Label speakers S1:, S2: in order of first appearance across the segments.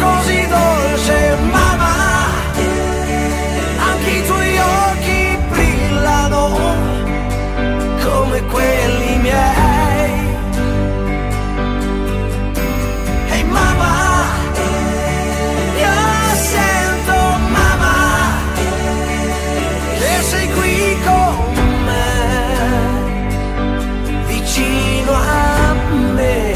S1: così dolce, mamma, anche i tuoi occhi brillano come quelli miei. Ehi mamma, io sento mamma che sei qui con me, vicino a me.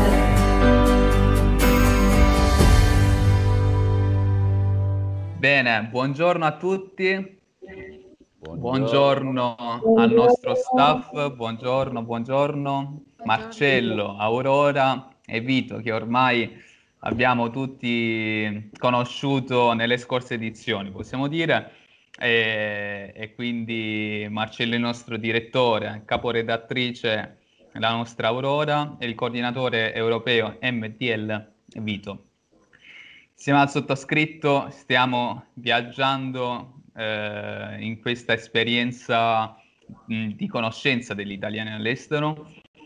S2: Bene, buongiorno a tutti, buongiorno al nostro staff, buongiorno Marcello, Aurora e Vito, che ormai abbiamo tutti conosciuto nelle scorse edizioni, possiamo dire, e quindi Marcello è il nostro direttore, caporedattrice la nostra Aurora e il coordinatore europeo MTL Vito. Insieme al sottoscritto stiamo viaggiando in questa esperienza di conoscenza degli italiani all'estero.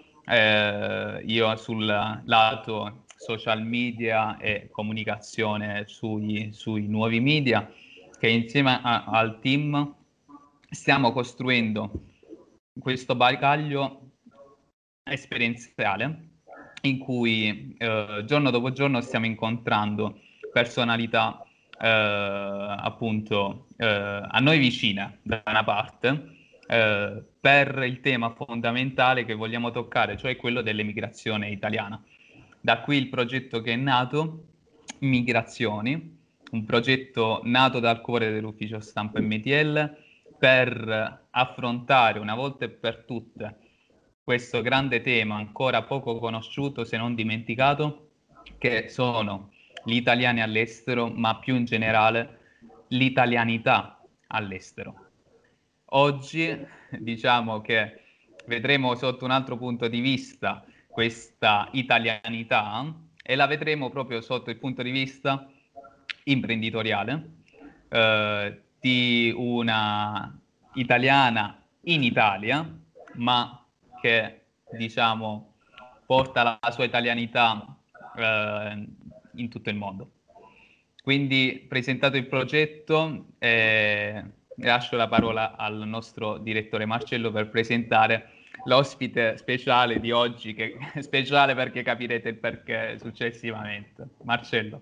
S2: Io sul lato social media e comunicazione sui nuovi media, che insieme al team stiamo costruendo questo bagaglio esperienziale in cui giorno dopo giorno stiamo incontrando personalità appunto a noi vicine da una parte per il tema fondamentale che vogliamo toccare, cioè quello dell'emigrazione italiana. Da qui il progetto che è nato, Migrazioni, un progetto nato dal cuore dell'ufficio stampa MTL per affrontare una volta e per tutte questo grande tema ancora poco conosciuto, se non dimenticato, che sono gli italiani all'estero, ma più in generale l'italianità all'estero. Oggi diciamo che vedremo sotto un altro punto di vista questa italianità e la vedremo proprio sotto il punto di vista imprenditoriale di una italiana in Italia, ma che diciamo porta la sua italianità in tutto il mondo. Quindi, presentato il progetto, lascio la parola al nostro direttore Marcello per presentare l'ospite speciale di oggi, che è speciale perché capirete il perché successivamente. Marcello.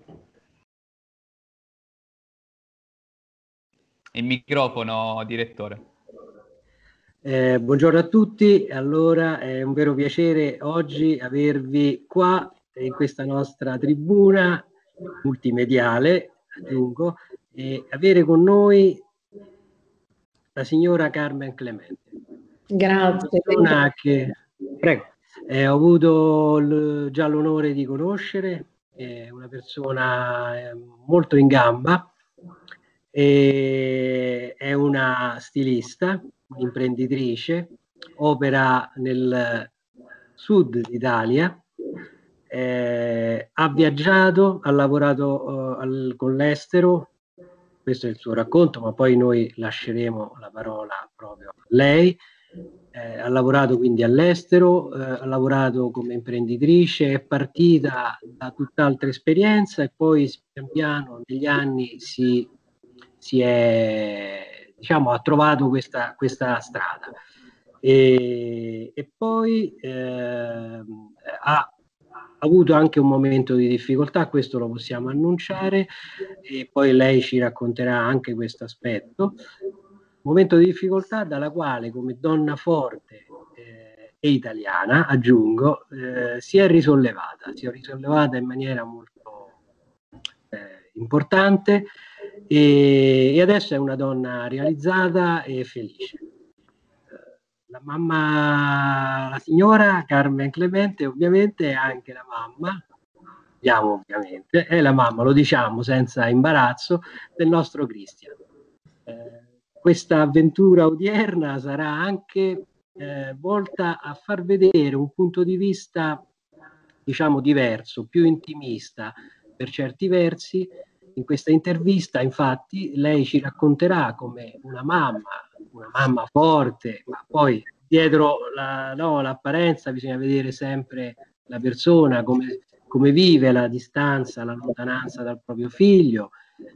S2: Il microfono, direttore.
S3: Buongiorno a tutti, allora è un vero piacere oggi avervi qua in questa nostra tribuna multimediale, aggiungo, e avere con noi la signora Carmen Clemente.
S4: Grazie.
S3: Prego. Ho avuto già l'onore di conoscere, è una persona molto in gamba, è una stilista, un'imprenditrice, opera nel sud d'Italia, ha viaggiato, ha lavorato con l'estero, questo è il suo racconto, ma poi noi lasceremo la parola proprio a lei. Ha lavorato quindi all'estero, ha lavorato come imprenditrice, è partita da tutt'altra esperienza e poi pian piano negli anni ha trovato questa strada e poi ha avuto anche un momento di difficoltà, questo lo possiamo annunciare, e poi lei ci racconterà anche questo aspetto. Momento di difficoltà dalla quale, come donna forte e italiana, aggiungo, si è risollevata in maniera molto importante e adesso è una donna realizzata e felice. La signora Carmen Clemente ovviamente è anche la mamma, ovviamente, è la mamma, lo diciamo senza imbarazzo, del nostro Cristian. Questa avventura odierna sarà anche volta a far vedere un punto di vista, diciamo, diverso, più intimista per certi versi. In questa intervista, infatti, lei ci racconterà come una mamma forte, ma poi dietro l'apparenza bisogna vedere sempre la persona, come come vive la distanza, la lontananza dal proprio figlio,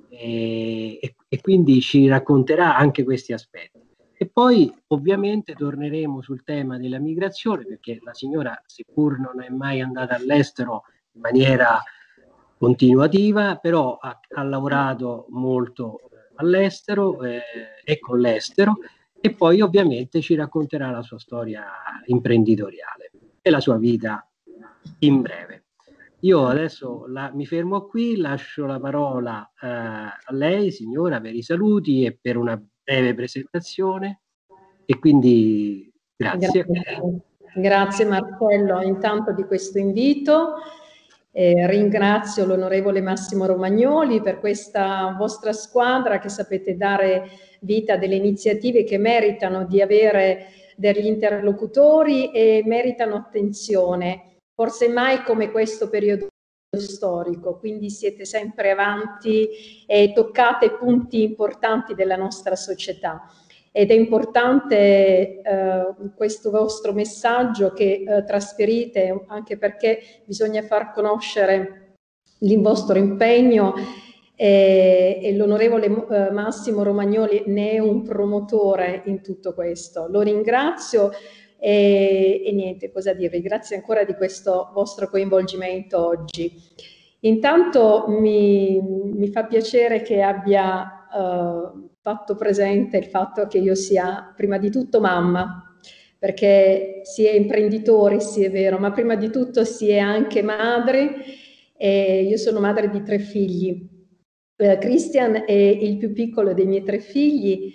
S3: e quindi ci racconterà anche questi aspetti. E poi ovviamente torneremo sul tema della migrazione, perché la signora, seppur non è mai andata all'estero in maniera continuativa, però ha lavorato molto all'estero e con l'estero, e poi ovviamente ci racconterà la sua storia imprenditoriale e la sua vita in breve. Io adesso mi fermo qui, lascio la parola a lei, signora, per i saluti e per una breve presentazione, e quindi grazie.
S4: Grazie Marcello intanto di questo invito. Ringrazio l'onorevole Massimo Romagnoli per questa vostra squadra che sapete dare vita a delle iniziative che meritano di avere degli interlocutori e meritano attenzione, forse mai come questo periodo storico, quindi siete sempre avanti e toccate punti importanti della nostra società. Ed è importante questo vostro messaggio che trasferite, anche perché bisogna far conoscere il vostro impegno, e l'onorevole Massimo Romagnoli ne è un promotore in tutto questo. Lo ringrazio e niente, cosa dirvi, grazie ancora di questo vostro coinvolgimento oggi. Intanto mi fa piacere che abbia fatto presente il fatto che io sia prima di tutto mamma, perché si è imprenditori, sì è vero, ma prima di tutto si è anche madre, e io sono madre di 3 figli. Christian è il più piccolo dei miei 3 figli,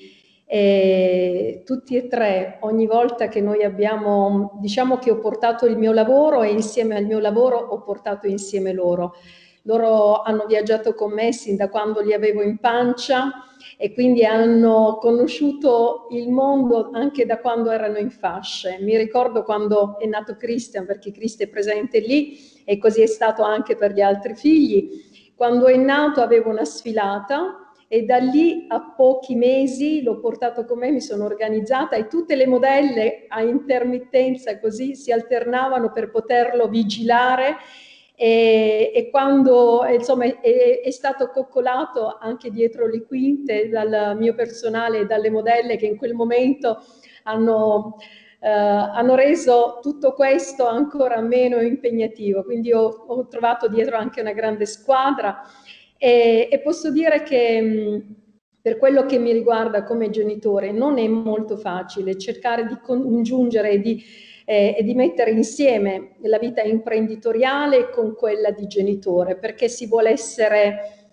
S4: e tutti e 3, ogni volta che noi abbiamo, diciamo che ho portato il mio lavoro e insieme al mio lavoro ho portato insieme loro. Loro hanno viaggiato con me sin da quando li avevo in pancia, e quindi hanno conosciuto il mondo anche da quando erano in fasce. Mi ricordo quando è nato Christian, perché Christian è presente lì, e così è stato anche per gli altri figli. Quando è nato avevo una sfilata, e da lì a pochi mesi l'ho portato con me, mi sono organizzata, e tutte le modelle a intermittenza così si alternavano per poterlo vigilare, e quando insomma è stato coccolato anche dietro le quinte dal mio personale e dalle modelle che in quel momento hanno reso tutto questo ancora meno impegnativo. Quindi ho trovato dietro anche una grande squadra, e posso dire che per quello che mi riguarda come genitore non è molto facile cercare di congiungere e di mettere insieme la vita imprenditoriale con quella di genitore, perché si vuole essere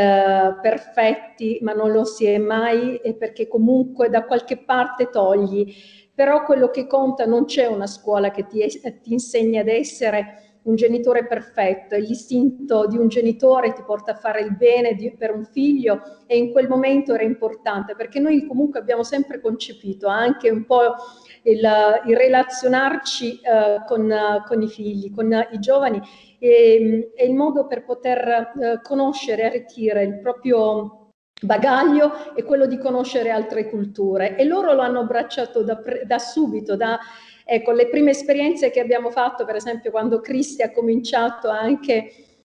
S4: perfetti, ma non lo si è mai, e perché comunque da qualche parte togli. Però quello che conta, non c'è una scuola che ti insegna ad essere un genitore perfetto, e l'istinto di un genitore ti porta a fare il bene per un figlio, e in quel momento era importante, perché noi comunque abbiamo sempre concepito anche un po' il relazionarci con i figli, con i giovani, e il modo per poter conoscere e arricchire il proprio bagaglio è quello di conoscere altre culture, e loro lo hanno abbracciato da subito, ecco, le prime esperienze che abbiamo fatto, per esempio quando Cristi ha cominciato anche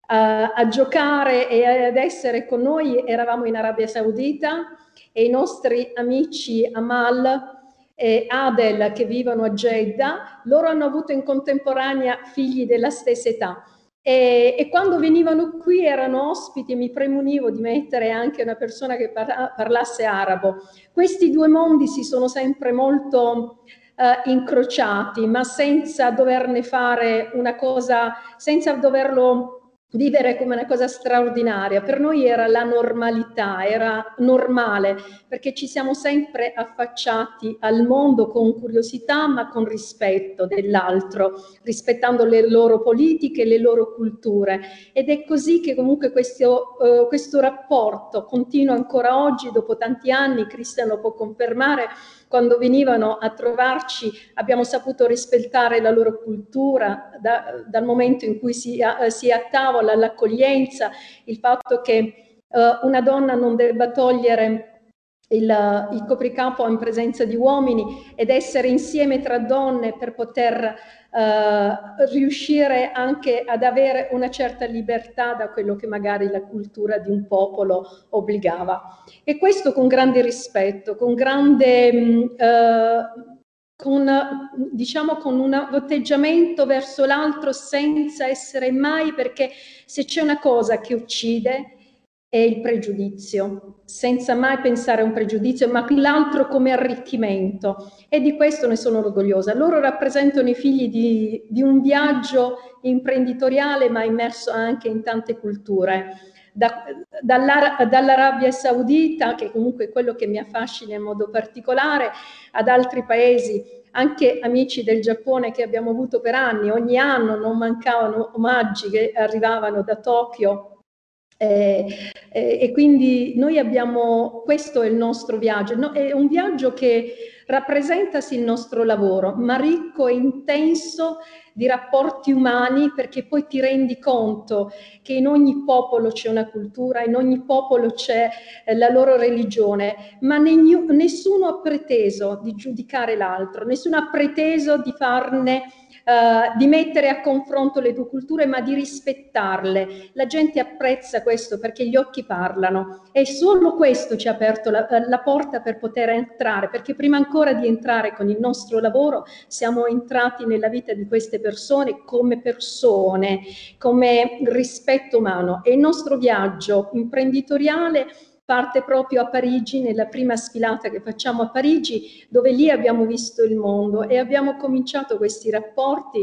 S4: a giocare e ad essere con noi, eravamo in Arabia Saudita, e i nostri amici Amal e Adel, che vivono a Jeddah, loro hanno avuto in contemporanea figli della stessa età. E quando venivano qui erano ospiti, e mi premunivo di mettere anche una persona che parlasse arabo. Questi 2 mondi si sono sempre molto incrociati, ma senza doverne fare una cosa, senza doverlo vivere come una cosa straordinaria. Per noi era la normalità, era normale, perché ci siamo sempre affacciati al mondo con curiosità, ma con rispetto dell'altro, rispettando le loro politiche, le loro culture. Ed è così che comunque questo rapporto continua ancora oggi, dopo tanti anni. Cristian lo può confermare. Quando venivano a trovarci abbiamo saputo rispettare la loro cultura, dal momento in cui si è a tavola, l'accoglienza, il fatto che una donna non debba togliere il copricapo in presenza di uomini ed essere insieme tra donne per poter riuscire anche ad avere una certa libertà da quello che magari la cultura di un popolo obbligava. E questo con grande rispetto, con grande diciamo con un atteggiamento verso l'altro senza essere mai, perché se c'è una cosa che uccide è il pregiudizio, senza mai pensare a un pregiudizio, ma l'altro come arricchimento, e di questo ne sono orgogliosa. Loro rappresentano i figli di un viaggio imprenditoriale, ma immerso anche in tante culture. Dall'Arabia Saudita, che comunque è quello che mi affascina in modo particolare, ad altri paesi, anche amici del Giappone che abbiamo avuto per anni. Ogni anno non mancavano omaggi che arrivavano da Tokyo. E quindi noi abbiamo, questo è il nostro viaggio, no? È un viaggio che rappresenta sì il nostro lavoro, ma ricco e intenso di rapporti umani, perché poi ti rendi conto che in ogni popolo c'è una cultura, in ogni popolo c'è la loro religione, ma nessuno ha preteso di giudicare l'altro, nessuno ha preteso di farne di mettere a confronto le due culture, ma di rispettarle. La gente apprezza questo perché gli occhi parlano, e solo questo ci ha aperto la porta per poter entrare, perché prima ancora di entrare con il nostro lavoro siamo entrati nella vita di queste persone, come rispetto umano. E il nostro viaggio imprenditoriale parte proprio a Parigi, nella prima sfilata che facciamo a Parigi, dove lì abbiamo visto il mondo e abbiamo cominciato questi rapporti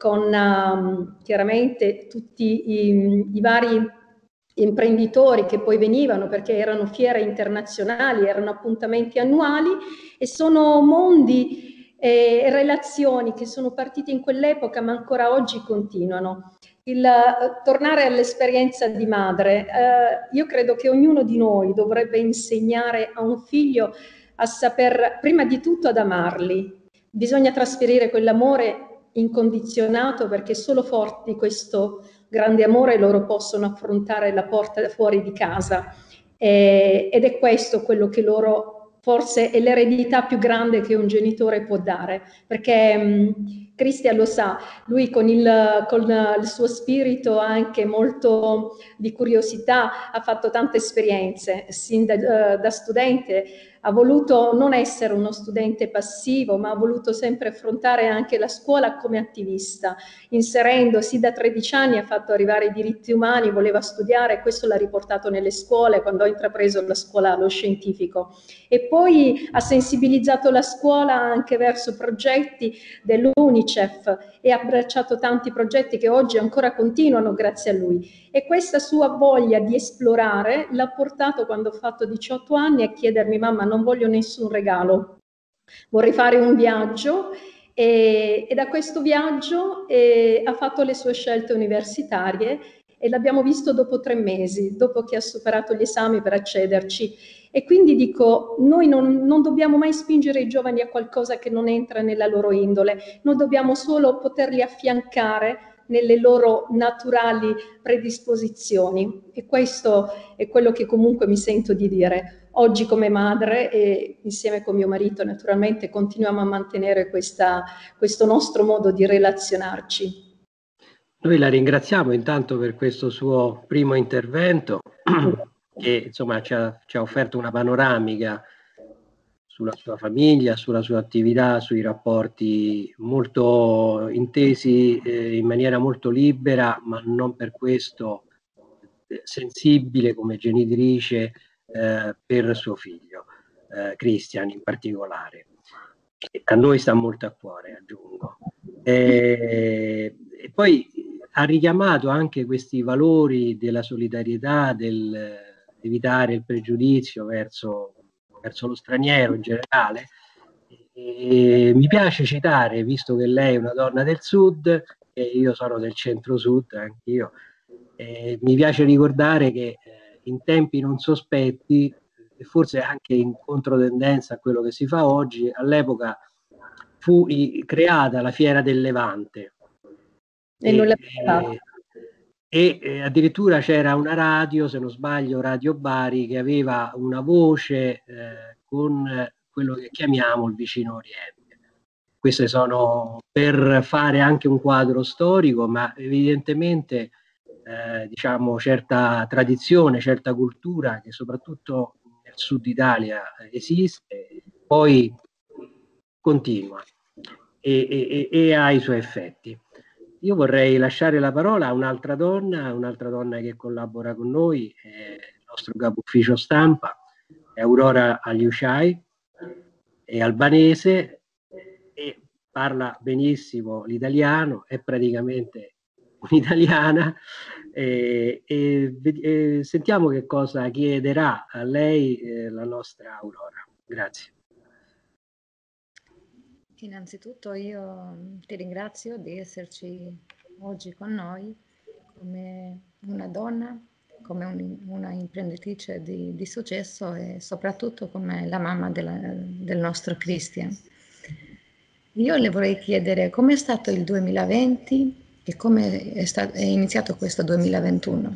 S4: con chiaramente tutti i vari imprenditori che poi venivano, perché erano fiere internazionali, erano appuntamenti annuali, e sono mondi e relazioni che sono partite in quell'epoca ma ancora oggi continuano. Tornare all'esperienza di madre, io credo che ognuno di noi dovrebbe insegnare a un figlio a saper, prima di tutto, ad amarli. Bisogna trasferire quell'amore incondizionato, perché solo forti questo grande amore loro possono affrontare la porta fuori di casa, ed è questo quello che loro, forse è l'eredità più grande che un genitore può dare, perché Cristian lo sa, lui con il suo spirito anche molto di curiosità ha fatto tante esperienze, sin da studente ha voluto non essere uno studente passivo, ma ha voluto sempre affrontare anche la scuola come attivista, inserendosi da 13 anni, ha fatto arrivare i diritti umani, voleva studiare, questo l'ha riportato nelle scuole quando ha intrapreso la scuola, lo scientifico, e poi ha sensibilizzato la scuola anche verso progetti dell'UNICEF e ha abbracciato tanti progetti che oggi ancora continuano grazie a lui. E questa sua voglia di esplorare l'ha portato, quando ho fatto 18 anni, a chiedermi: mamma, non voglio nessun regalo, vorrei fare un viaggio. E da questo viaggio ha fatto le sue scelte universitarie, e l'abbiamo visto dopo 3 mesi, dopo che ha superato gli esami per accederci. E quindi dico, noi non dobbiamo mai spingere i giovani a qualcosa che non entra nella loro indole, noi dobbiamo solo poterli affiancare nelle loro naturali predisposizioni, e questo è quello che comunque mi sento di dire oggi come madre, e insieme con mio marito naturalmente continuiamo a mantenere questo nostro modo di relazionarci.
S3: Noi la ringraziamo intanto per questo suo primo intervento che insomma ci ha offerto una panoramica sulla sua famiglia, sulla sua attività, sui rapporti molto intesi in maniera molto libera, ma non per questo sensibile come genitrice per suo figlio, Christian in particolare, che a noi sta molto a cuore, aggiungo. E poi ha richiamato anche questi valori della solidarietà, dell'evitare il pregiudizio verso lo straniero in generale. E mi piace citare, visto che lei è una donna del sud e io sono del centro-sud, anch'io, mi piace ricordare che in tempi non sospetti, e forse anche in controtendenza a quello che si fa oggi, all'epoca fu creata la Fiera del Levante. E addirittura c'era una radio, se non sbaglio Radio Bari, che aveva una voce con quello che chiamiamo il vicino Oriente. Queste sono per fare anche un quadro storico, ma evidentemente diciamo certa tradizione, certa cultura che soprattutto nel sud Italia esiste, poi continua e ha i suoi effetti. Io vorrei lasciare la parola a un'altra donna che collabora con noi, il nostro capo ufficio stampa, è Aurora Aliushai, è albanese e parla benissimo l'italiano, è praticamente un'italiana e sentiamo che cosa chiederà a lei la nostra Aurora. Grazie.
S5: Innanzitutto io ti ringrazio di esserci oggi con noi come una donna, come una imprenditrice di successo e soprattutto come la mamma del nostro Christian. Io le vorrei chiedere com'è stato il 2020 e come è iniziato questo 2021.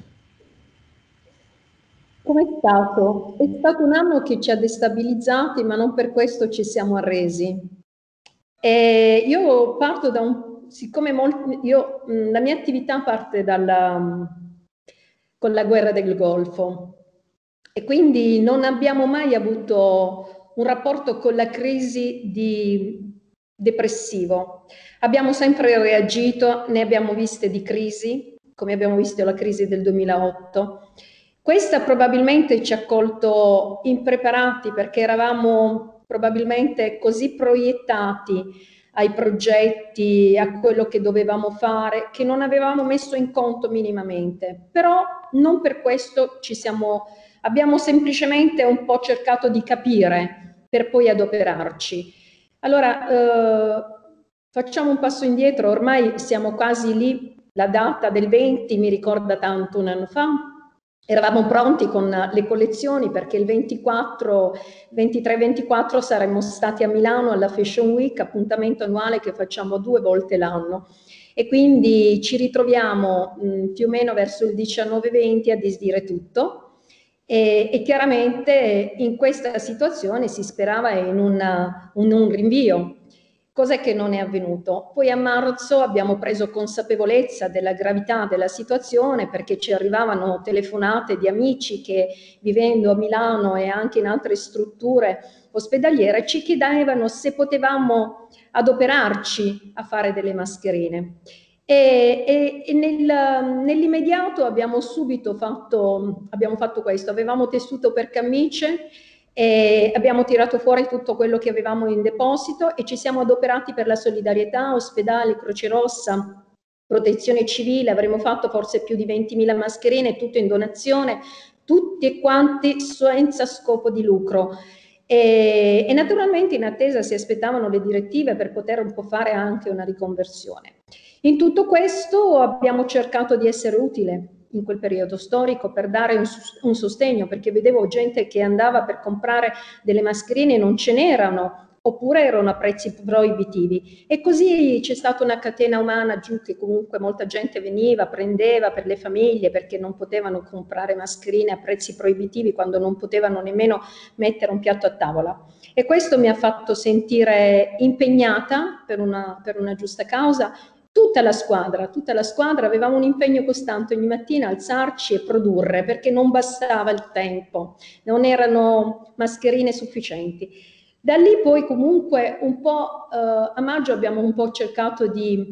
S4: Com'è stato? È stato un anno che ci ha destabilizzati, ma non per questo ci siamo arresi. E io parto da siccome la mia attività parte con la guerra del Golfo e quindi non abbiamo mai avuto un rapporto con la crisi depressivo. Abbiamo sempre reagito, ne abbiamo viste di crisi, come abbiamo visto la crisi del 2008. Questa probabilmente ci ha colto impreparati perché eravamo probabilmente così proiettati ai progetti, a quello che dovevamo fare, che non avevamo messo in conto minimamente. Però non per questo abbiamo semplicemente un po' cercato di capire per poi adoperarci. Allora, facciamo un passo indietro, ormai siamo quasi lì, la data del 20 mi ricorda tanto un anno fa. Eravamo pronti con le collezioni perché il 23-24 saremmo stati a Milano alla Fashion Week, appuntamento annuale che facciamo 2 volte l'anno. E quindi ci ritroviamo più o meno verso il 19-20 a disdire tutto. E chiaramente in questa situazione si sperava in un rinvio. Cos'è che non è avvenuto? Poi a marzo abbiamo preso consapevolezza della gravità della situazione perché ci arrivavano telefonate di amici che vivendo a Milano e anche in altre strutture ospedaliere ci chiedevano se potevamo adoperarci a fare delle mascherine. E nell'immediato abbiamo subito fatto questo, avevamo tessuto per camicie e abbiamo tirato fuori tutto quello che avevamo in deposito e ci siamo adoperati per la solidarietà, ospedali, Croce Rossa, Protezione Civile, avremmo fatto forse più di 20.000 mascherine, tutto in donazione, tutti quanti senza scopo di lucro. E naturalmente in attesa si aspettavano le direttive per poter un po' fare anche una riconversione. In tutto questo abbiamo cercato di essere utile in quel periodo storico per dare un sostegno, perché vedevo gente che andava per comprare delle mascherine e non ce n'erano, oppure erano a prezzi proibitivi. E così c'è stata una catena umana giù che comunque molta gente veniva, prendeva per le famiglie perché non potevano comprare mascherine a prezzi proibitivi quando non potevano nemmeno mettere un piatto a tavola. E questo mi ha fatto sentire impegnata per una giusta causa. Tutta la squadra, avevamo un impegno costante ogni mattina, alzarci e produrre, perché non bastava il tempo, non erano mascherine sufficienti. Da lì poi comunque un po' a maggio abbiamo un po' cercato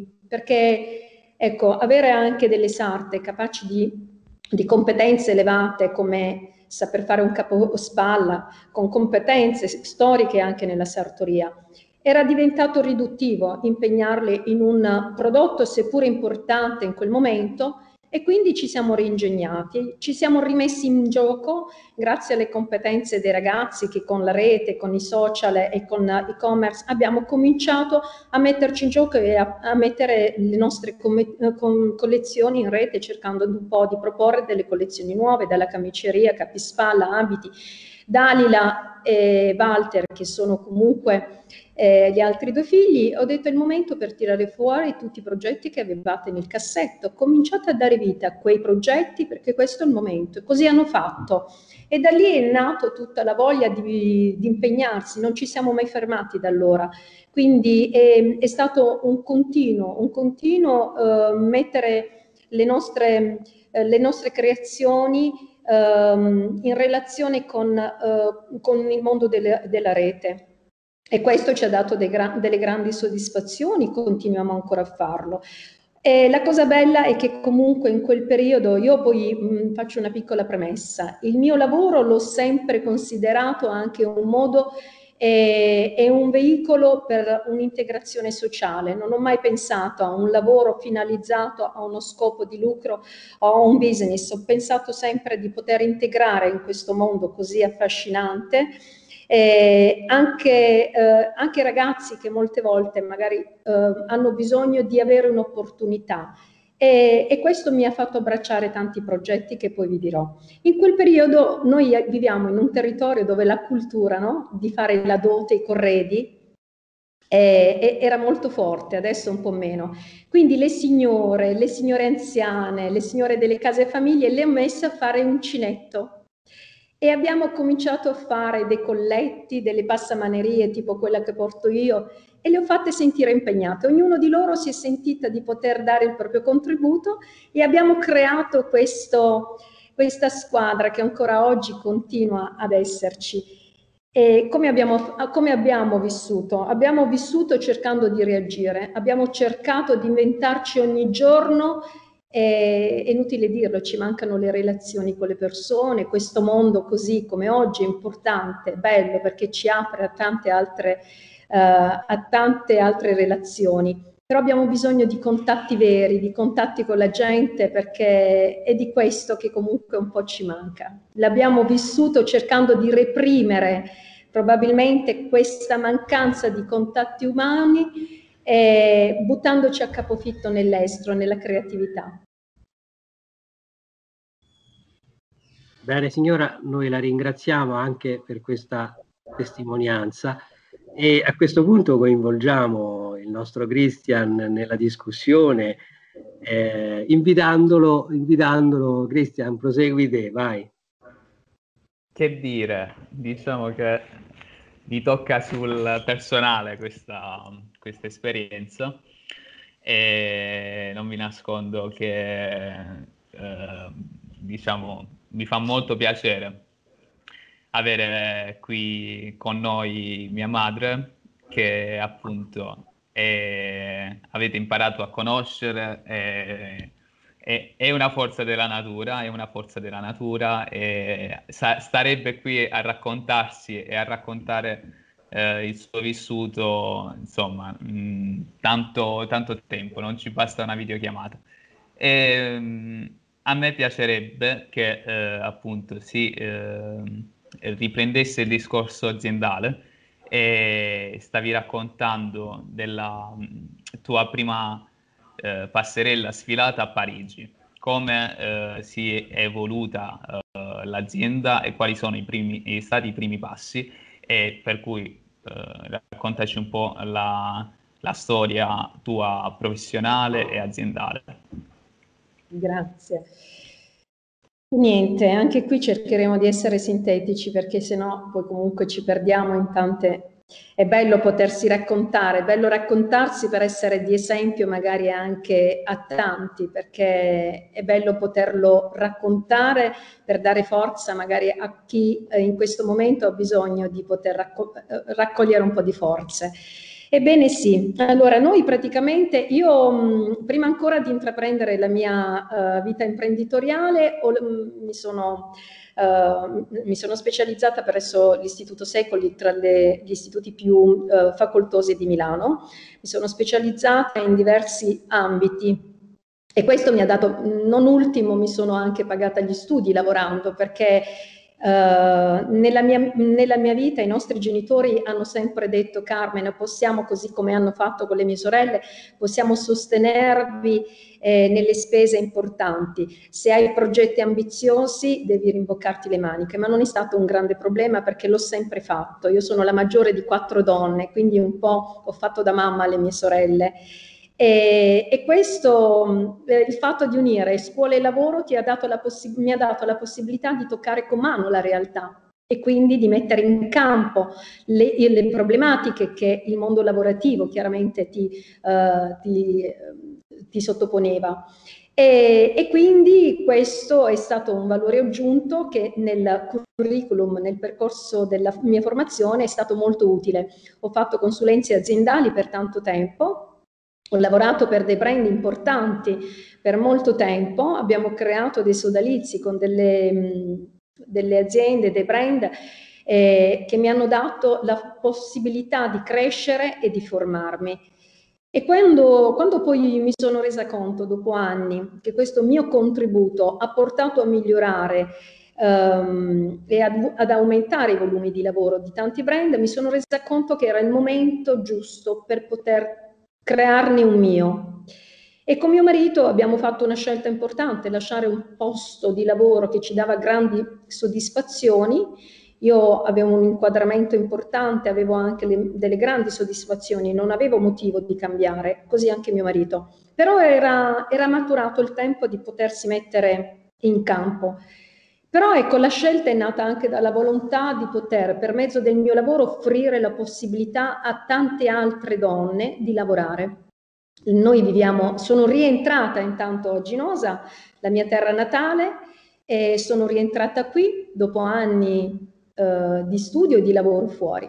S4: perché ecco, avere anche delle sarte capaci di competenze elevate come saper fare un capospalla, con competenze storiche anche nella sartoria, era diventato riduttivo impegnarle in un prodotto seppur importante in quel momento e quindi ci siamo ringegnati, ci siamo rimessi in gioco grazie alle competenze dei ragazzi che con la rete, con i social e con e-commerce abbiamo cominciato a metterci in gioco e a mettere le nostre collezioni in rete cercando un po' di proporre delle collezioni nuove, dalla camiceria, capispalla, abiti, Dalila e Walter, che sono comunque gli altri 2 figli, ho detto è il momento per tirare fuori tutti i progetti che avevate nel cassetto, cominciate a dare vita a quei progetti perché questo è il momento, e così hanno fatto. E da lì è nato tutta la voglia di impegnarsi, non ci siamo mai fermati da allora. Quindi è stato un continuo mettere le nostre creazioni in relazione con il mondo della rete. E questo ci ha dato delle grandi soddisfazioni, continuiamo ancora a farlo. E la cosa bella è che comunque in quel periodo, io poi faccio una piccola premessa, il mio lavoro l'ho sempre considerato anche un modo e un veicolo per un'integrazione sociale. Non ho mai pensato a un lavoro finalizzato a uno scopo di lucro o a un business, ho pensato sempre di poter integrare in questo mondo così affascinante anche ragazzi che molte volte magari hanno bisogno di avere un'opportunità. E questo mi ha fatto abbracciare tanti progetti che poi vi dirò. In quel periodo noi viviamo in un territorio dove la cultura, no? Di fare la dote, i corredi, era molto forte, adesso un po' meno. Quindi le signore anziane, le signore delle case famiglie le ho messe a fare uncinetto. E abbiamo cominciato a fare dei colletti, delle passamanerie tipo quella che porto io, e le ho fatte sentire impegnate. Ognuno di loro si è sentita di poter dare il proprio contributo e abbiamo creato questa squadra che ancora oggi continua ad esserci. E come abbiamo vissuto? Abbiamo vissuto cercando di reagire, abbiamo cercato di inventarci ogni giorno. È inutile dirlo, ci mancano le relazioni con le persone, questo mondo così come oggi è importante, bello, perché ci apre a tante altre relazioni, però abbiamo bisogno di contatti veri, di contatti con la gente, perché è di questo che comunque un po' ci manca. L'abbiamo vissuto cercando di reprimere probabilmente questa mancanza di contatti umani, buttandoci a capofitto nell'estero, nella creatività.
S3: Bene signora, noi la ringraziamo anche per questa testimonianza e a questo punto coinvolgiamo il nostro Christian nella discussione, invitandolo, Christian, prosegui te, vai.
S2: Che dire, diciamo che mi tocca sul personale questa esperienza e non vi nascondo che diciamo mi fa molto piacere avere qui con noi mia madre, che appunto avete imparato a conoscere, è una forza della natura, e starebbe qui a raccontarsi e a raccontare il suo vissuto, insomma, tanto tempo, non ci basta una videochiamata. A me piacerebbe che appunto si riprendesse il discorso aziendale, e stavi raccontando della tua prima passerella sfilata a Parigi, come si è evoluta l'azienda e quali sono stati i primi passi, e per cui raccontaci un po' la storia tua professionale e aziendale.
S4: Grazie. Niente, anche qui cercheremo di essere sintetici, perché sennò poi comunque ci perdiamo in tante. È bello potersi raccontare, è bello raccontarsi per essere di esempio magari anche a tanti, perché è bello poterlo raccontare per dare forza magari a chi in questo momento ha bisogno di poter raccogliere un po' di forze. Ebbene sì, allora noi praticamente, io prima ancora di intraprendere la mia vita imprenditoriale mi sono specializzata presso l'Istituto Secoli, tra gli istituti più facoltosi di Milano. Mi sono specializzata in diversi ambiti e questo mi ha dato, non ultimo, mi sono anche pagata gli studi lavorando, perché Nella mia vita i nostri genitori hanno sempre detto: Carmen, possiamo, così come hanno fatto con le mie sorelle, possiamo sostenervi nelle spese importanti. Se hai progetti ambiziosi devi rimboccarti le maniche, ma non è stato un grande problema perché l'ho sempre fatto. Io sono la maggiore di 4 donne, quindi un po' ho fatto da mamma alle mie sorelle. E questo, il fatto di unire scuola e lavoro mi ha dato la possibilità di toccare con mano la realtà e quindi di mettere in campo le problematiche che il mondo lavorativo chiaramente ti sottoponeva. E quindi questo è stato un valore aggiunto che nel curriculum, nel percorso della mia formazione è stato molto utile. Ho fatto consulenze aziendali per tanto tempo. Ho lavorato per dei brand importanti per molto tempo, abbiamo creato dei sodalizi con delle aziende, dei brand che mi hanno dato la possibilità di crescere e di formarmi. E quando poi mi sono resa conto, dopo anni, che questo mio contributo ha portato a migliorare e ad aumentare i volumi di lavoro di tanti brand, mi sono resa conto che era il momento giusto per poter crearne un mio. E con mio marito abbiamo fatto una scelta importante: lasciare un posto di lavoro che ci dava grandi soddisfazioni. Io avevo un inquadramento importante, avevo anche delle grandi soddisfazioni, non avevo motivo di cambiare, così anche mio marito. Però era maturato il tempo di potersi mettere in campo. Però ecco, la scelta è nata anche dalla volontà di poter, per mezzo del mio lavoro, offrire la possibilità a tante altre donne di lavorare. Sono rientrata intanto a Ginosa, la mia terra natale, e sono rientrata qui dopo anni di studio e di lavoro fuori.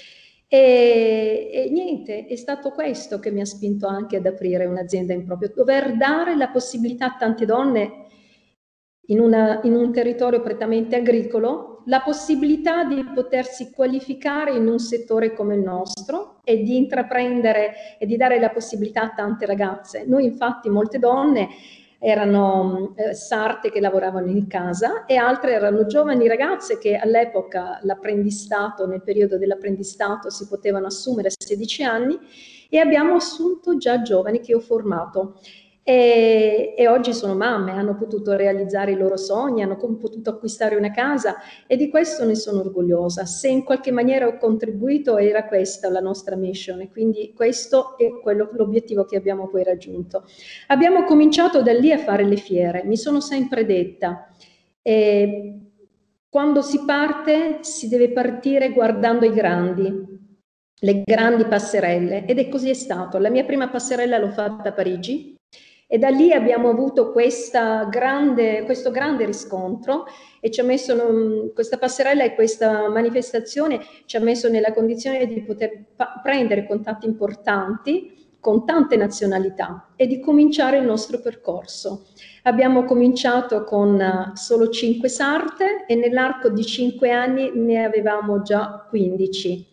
S4: E niente, è stato questo che mi ha spinto anche ad aprire un'azienda in proprio, dover dare la possibilità a tante donne in un territorio prettamente agricolo, la possibilità di potersi qualificare in un settore come il nostro e di intraprendere e di dare la possibilità a tante ragazze. Noi infatti molte donne erano sarte che lavoravano in casa e altre erano giovani ragazze che all'epoca l'apprendistato, nel periodo dell'apprendistato si potevano assumere a 16 anni e abbiamo assunto già giovani che ho formato. E oggi sono mamme, hanno potuto realizzare i loro sogni, hanno potuto acquistare una casa e di questo ne sono orgogliosa. Se in qualche maniera ho contribuito, era questa la nostra mission e quindi questo è l'obiettivo che abbiamo poi raggiunto. Abbiamo cominciato da lì a fare le fiere. Mi sono sempre detta, quando si parte si deve partire guardando i grandi, le grandi passerelle, ed è così è stato. La mia prima passerella l'ho fatta a Parigi e da lì abbiamo avuto questo grande riscontro e ci ha messo questa passerella e questa manifestazione ci ha messo nella condizione di poter prendere contatti importanti con tante nazionalità e di cominciare il nostro percorso. Abbiamo cominciato con solo 5 sarte e nell'arco di 5 anni ne avevamo già 15.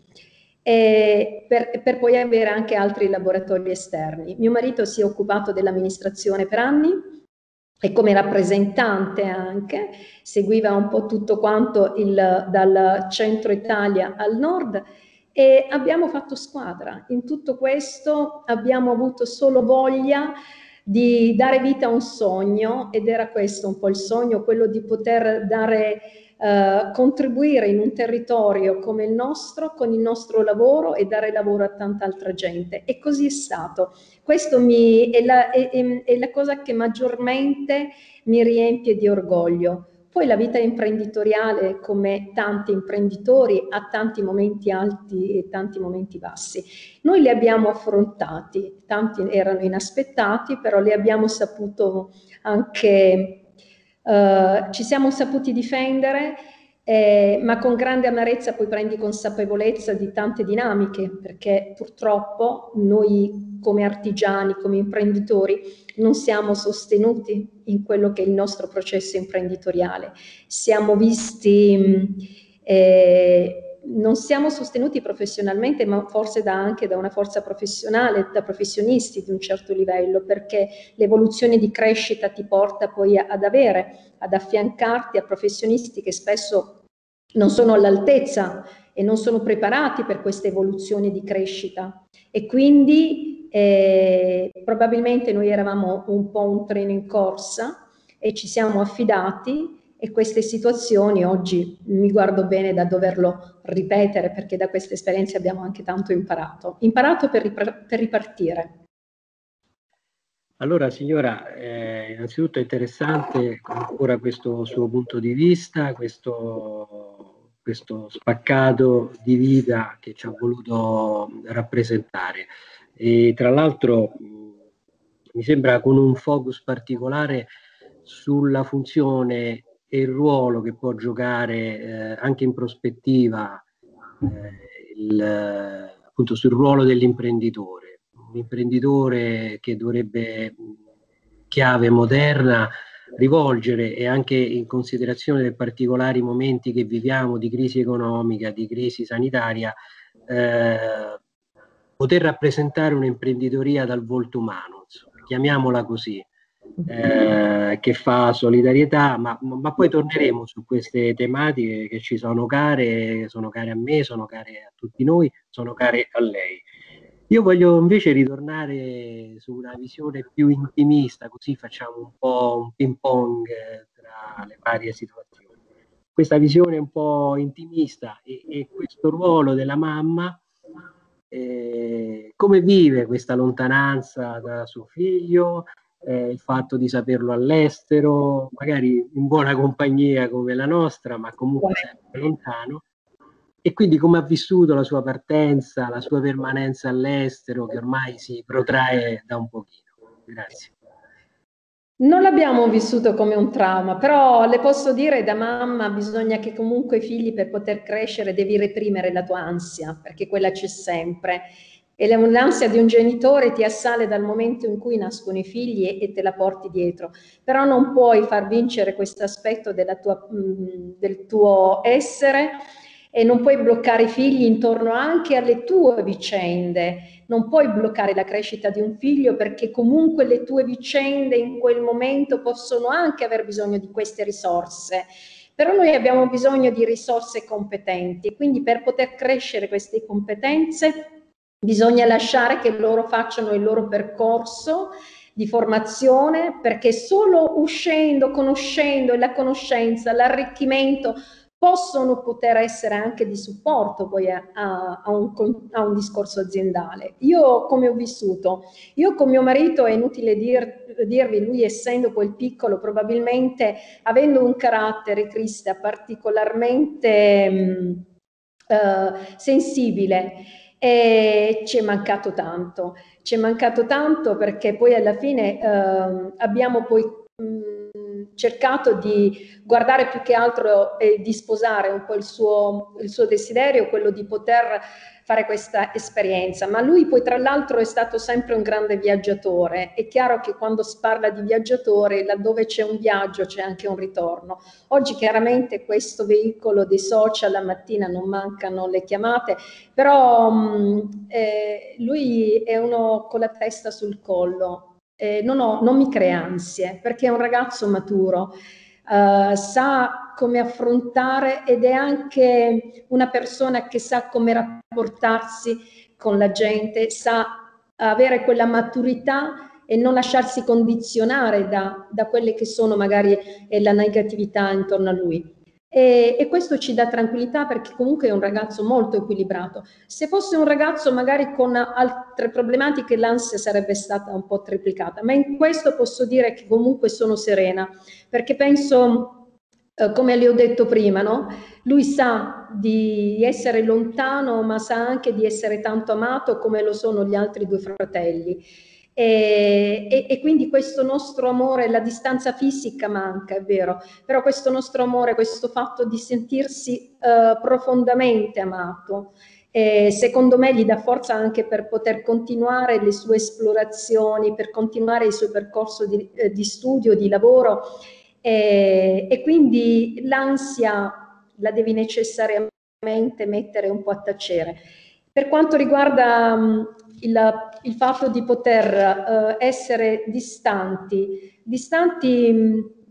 S4: Per poi avere anche altri laboratori esterni. Mio marito si è occupato dell'amministrazione per anni e come rappresentante anche, seguiva un po' tutto quanto dal centro Italia al nord e abbiamo fatto squadra. In tutto questo abbiamo avuto solo voglia di dare vita a un sogno ed era questo un po' il sogno, quello di poter contribuire in un territorio come il nostro con il nostro lavoro e dare lavoro a tanta altra gente e così è stato. Questo è la cosa che maggiormente mi riempie di orgoglio. Poi la vita imprenditoriale, come tanti imprenditori, ha tanti momenti alti e tanti momenti bassi. Noi li abbiamo affrontati, tanti erano inaspettati, però li abbiamo saputo anche ci siamo saputi difendere, ma con grande amarezza poi prendi consapevolezza di tante dinamiche, perché purtroppo noi come artigiani, come imprenditori, non siamo sostenuti in quello che è il nostro processo imprenditoriale. Siamo visti, non siamo sostenuti professionalmente, ma forse anche da una forza professionale, da professionisti di un certo livello, perché l'evoluzione di crescita ti porta poi ad affiancarti a professionisti che spesso non sono all'altezza e non sono preparati per queste evoluzioni di crescita, e quindi probabilmente noi eravamo un po' un treno in corsa e ci siamo affidati, e queste situazioni oggi mi guardo bene da doverlo ripetere, perché da queste esperienze abbiamo anche tanto imparato per ripartire.
S3: Allora signora, innanzitutto è interessante ancora questo suo punto di vista, questo spaccato di vita che ci ha voluto rappresentare. E tra l'altro mi sembra con un focus particolare sulla funzione e il ruolo che può giocare anche in prospettiva appunto sul ruolo dell'imprenditore. Un imprenditore che dovrebbe, chiave moderna, rivolgere, e anche in considerazione dei particolari momenti che viviamo di crisi economica, di crisi sanitaria, poter rappresentare un'imprenditoria dal volto umano, insomma, chiamiamola così, che fa solidarietà, ma poi torneremo su queste tematiche che ci sono care a me, sono care a tutti noi, sono care a lei. Io voglio invece ritornare su una visione più intimista, così facciamo un po' un ping pong tra le varie situazioni. Questa visione un po' intimista e questo ruolo della mamma, come vive questa lontananza da suo figlio, il fatto di saperlo all'estero, magari in buona compagnia come la nostra, ma comunque sempre lontano. E quindi come ha vissuto la sua partenza, la sua permanenza all'estero, che ormai si protrae da un pochino. Grazie.
S4: Non l'abbiamo vissuto come un trauma, però le posso dire, da mamma bisogna che comunque i figli, per poter crescere, devi reprimere la tua ansia, perché quella c'è sempre. E l'ansia di un genitore ti assale dal momento in cui nascono i figli e te la porti dietro. Però non puoi far vincere questo aspetto del tuo essere, e non puoi bloccare i figli intorno anche alle tue vicende. Non puoi bloccare la crescita di un figlio, perché comunque le tue vicende in quel momento possono anche aver bisogno di queste risorse. Però noi abbiamo bisogno di risorse competenti, e quindi per poter crescere queste competenze bisogna lasciare che loro facciano il loro percorso di formazione, perché solo uscendo, conoscendo, e la conoscenza, l'arricchimento possono poter essere anche di supporto poi a un discorso aziendale. Io come ho vissuto? Io con mio marito, è inutile dirvi, lui essendo poi piccolo, probabilmente avendo un carattere, Crista, particolarmente sensibile, e ci è mancato tanto. Ci è mancato tanto perché poi alla fine abbiamo poi cercato di guardare più che altro e di sposare un po' il suo desiderio, quello di poter fare questa esperienza. Ma lui poi tra l'altro è stato sempre un grande viaggiatore. È chiaro che quando si parla di viaggiatore, laddove c'è un viaggio c'è anche un ritorno. Oggi chiaramente questo veicolo dei social, la mattina non mancano le chiamate, però lui è uno con la testa sul collo. Non mi crea ansie, perché è un ragazzo maturo, sa come affrontare, ed è anche una persona che sa come rapportarsi con la gente, sa avere quella maturità e non lasciarsi condizionare da quelle che sono magari la negatività intorno a lui. E questo ci dà tranquillità, perché comunque è un ragazzo molto equilibrato. Se fosse un ragazzo magari con altre problematiche, l'ansia sarebbe stata un po' triplicata, ma in questo posso dire che comunque sono serena, perché penso, come le ho detto prima, no? Lui sa di essere lontano, ma sa anche di essere tanto amato come lo sono gli altri due fratelli. E quindi questo nostro amore, la distanza fisica manca, è vero, però questo nostro amore, questo fatto di sentirsi profondamente amato, secondo me gli dà forza anche per poter continuare le sue esplorazioni, per continuare il suo percorso di studio, di lavoro, e quindi l'ansia la devi necessariamente mettere un po' a tacere. Per quanto riguarda il fatto di poter essere distanti,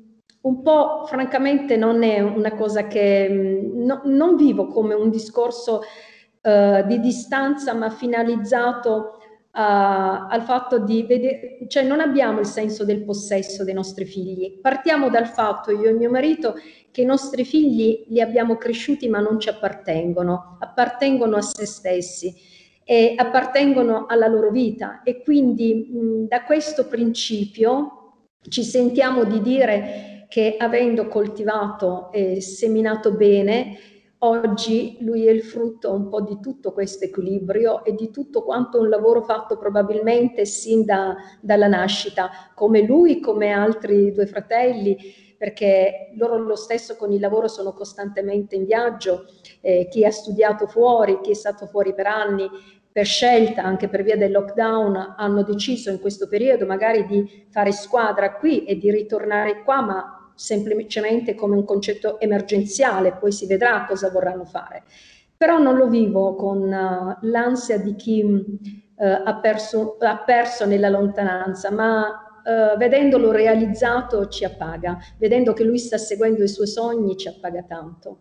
S4: un po' francamente non è una cosa che non vivo come un discorso di distanza, ma finalizzato al fatto di vedere, cioè non abbiamo il senso del possesso dei nostri figli. Partiamo dal fatto, io e mio marito, che i nostri figli li abbiamo cresciuti ma non ci appartengono, appartengono a se stessi e appartengono alla loro vita, e quindi da questo principio ci sentiamo di dire che, avendo coltivato e seminato bene, oggi lui è il frutto un po' di tutto questo equilibrio e di tutto quanto un lavoro fatto probabilmente sin dalla nascita, come lui, come altri 2 fratelli, perché loro lo stesso con il lavoro sono costantemente in viaggio, chi ha studiato fuori, chi è stato fuori per anni, per scelta, anche per via del lockdown, hanno deciso in questo periodo magari di fare squadra qui e di ritornare qua, ma semplicemente come un concetto emergenziale, poi si vedrà cosa vorranno fare. Però non lo vivo con l'ansia di chi ha perso nella lontananza, ma vedendolo realizzato ci appaga, vedendo che lui sta seguendo i suoi sogni ci appaga tanto.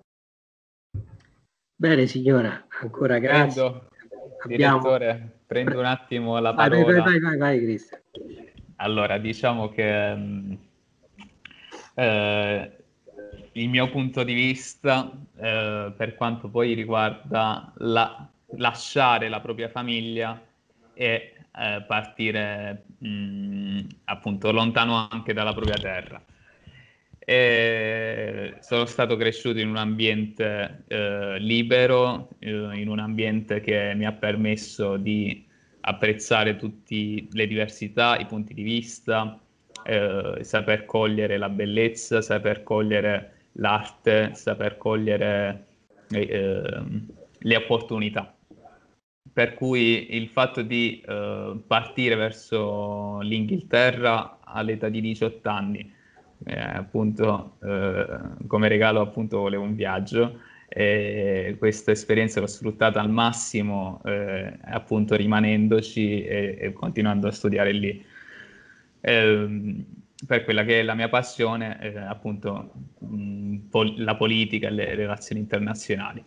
S3: Bene signora, ancora grazie.
S2: Direttore, prendo un attimo la parola.
S3: Vai Cristian.
S2: Allora, diciamo che il mio punto di vista, per quanto poi riguarda lasciare la propria famiglia e partire appunto lontano anche dalla propria terra. Sono stato cresciuto in un ambiente libero, in un ambiente che mi ha permesso di apprezzare tutte le diversità, i punti di vista, saper cogliere la bellezza, saper cogliere l'arte, saper cogliere le opportunità. Per cui il fatto di partire verso l'Inghilterra all'età di 18 anni, appunto come regalo appunto volevo un viaggio, e questa esperienza l'ho sfruttata al massimo, appunto rimanendoci e continuando a studiare lì. Per quella che è la mia passione, appunto la politica e le relazioni internazionali.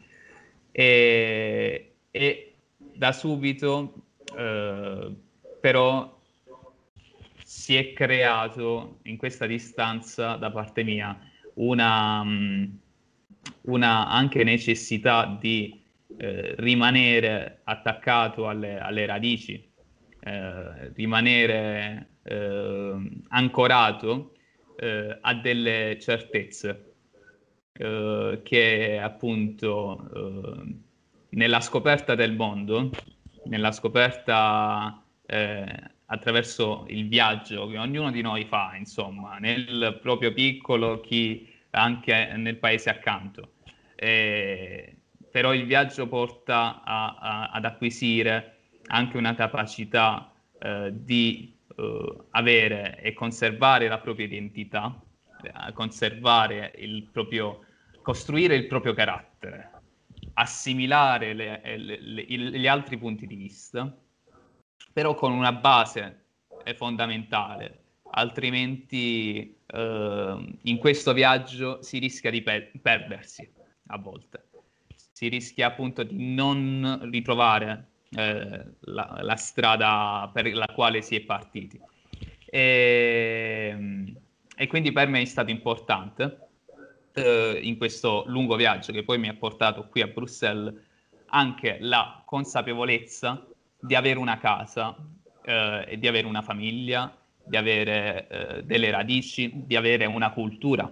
S2: E da subito però si è creato in questa distanza da parte mia una anche necessità di rimanere attaccato alle radici, rimanere ancorato a delle certezze che appunto nella scoperta del mondo, nella scoperta attraverso il viaggio che ognuno di noi fa, insomma, nel proprio piccolo, chi anche nel paese accanto. Però il viaggio porta ad acquisire anche una capacità di avere e conservare la propria identità, conservare costruire il proprio carattere, assimilare gli altri punti di vista, però con una base fondamentale, altrimenti in questo viaggio si rischia di perdersi a volte, si rischia appunto di non ritrovare la strada per la quale si è partiti. E quindi per me è stato importante in questo lungo viaggio che poi mi ha portato qui a Bruxelles anche la consapevolezza di avere una casa e di avere una famiglia, di avere delle radici, di avere una cultura.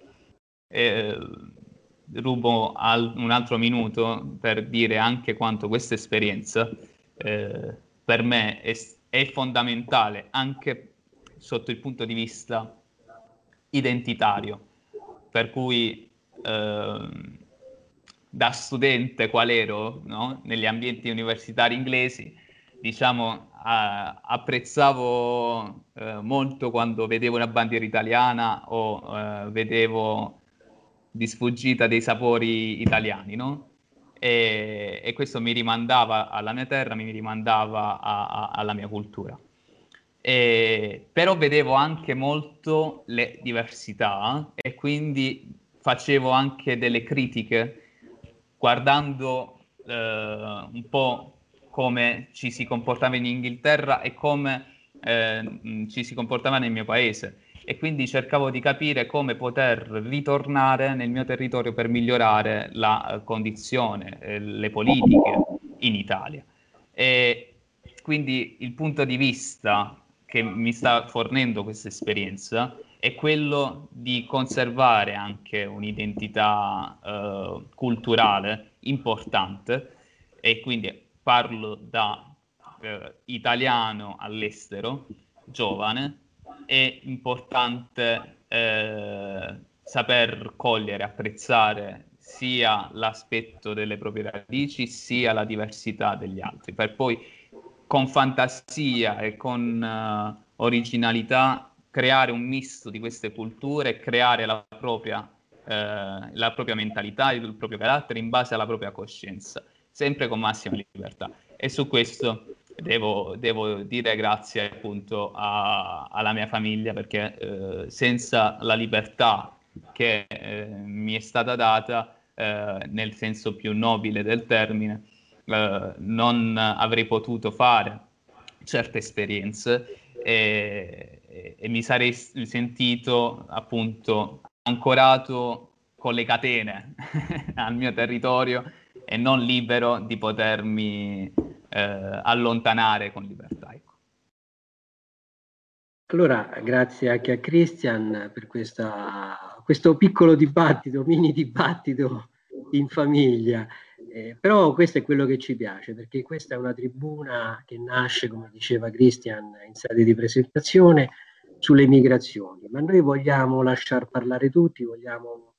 S2: Rubo un altro minuto per dire anche quanto questa esperienza per me è fondamentale anche sotto il punto di vista identitario, per cui da studente qual ero, no? Negli ambienti universitari inglesi, diciamo, apprezzavo molto quando vedevo una bandiera italiana o vedevo di sfuggita dei sapori italiani, no? E questo mi rimandava alla mia terra, mi rimandava alla mia cultura. Però vedevo anche molto le diversità e quindi facevo anche delle critiche guardando un po' come ci si comportava in Inghilterra e come ci si comportava nel mio paese. E quindi cercavo di capire come poter ritornare nel mio territorio per migliorare la condizione, le politiche in Italia. E quindi il punto di vista che mi sta fornendo questa esperienza è quello di conservare anche un'identità culturale importante, e quindi parlo da italiano all'estero, giovane. È importante saper cogliere, apprezzare sia l'aspetto delle proprie radici sia la diversità degli altri, per poi con fantasia e con originalità creare un misto di queste culture e creare la propria mentalità, il proprio carattere in base alla propria coscienza, sempre con massima libertà. E su questo devo dire grazie appunto alla mia famiglia, perché senza la libertà che mi è stata data, nel senso più nobile del termine, non avrei potuto fare certe esperienze e mi sarei sentito appunto ancorato con le catene al mio territorio e non libero di potermi allontanare con libertà. Ecco.
S3: Allora, grazie anche a Christian per questo piccolo dibattito, mini dibattito in famiglia. Però questo è quello che ci piace, perché questa è una tribuna che nasce, come diceva Christian in sede di presentazione, sulle migrazioni. Ma noi vogliamo lasciar parlare tutti, vogliamo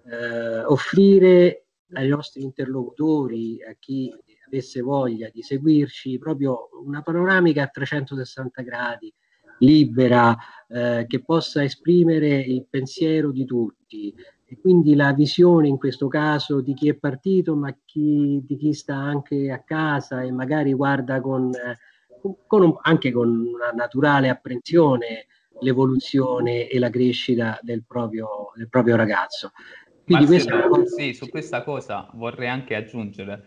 S3: offrire ai nostri interlocutori, a chi avesse voglia di seguirci, proprio una panoramica a 360 gradi, libera, che possa esprimere il pensiero di tutti, e quindi la visione in questo caso di chi è partito, ma di chi sta anche a casa e magari guarda anche con una naturale apprensione l'evoluzione e la crescita del proprio ragazzo. Quindi
S2: Marcello, sì, su questa cosa vorrei anche aggiungere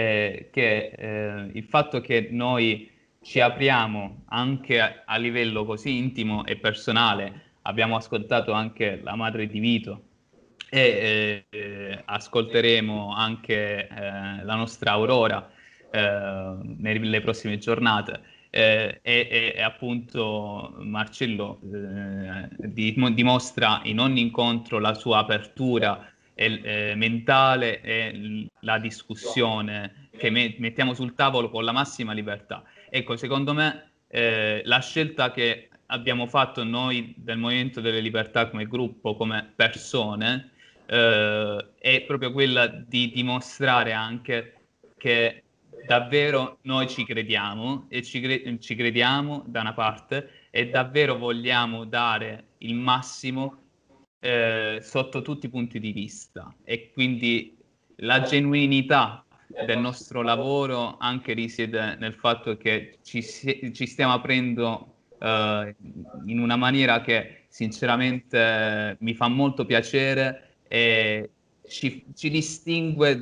S2: che il fatto che noi ci apriamo anche a livello così intimo e personale, abbiamo ascoltato anche la madre di Vito e ascolteremo anche la nostra Aurora nelle prossime giornate. E appunto Marcello dimostra in ogni incontro la sua apertura mentale e la discussione che mettiamo sul tavolo con la massima libertà. Ecco, secondo me la scelta che abbiamo fatto noi del Movimento delle Libertà come gruppo, come persone, è proprio quella di dimostrare anche che davvero noi ci crediamo e ci crediamo da una parte e davvero vogliamo dare il massimo sotto tutti i punti di vista, e quindi la genuinità del nostro lavoro anche risiede nel fatto che ci stiamo aprendo in una maniera che sinceramente mi fa molto piacere e ci distingue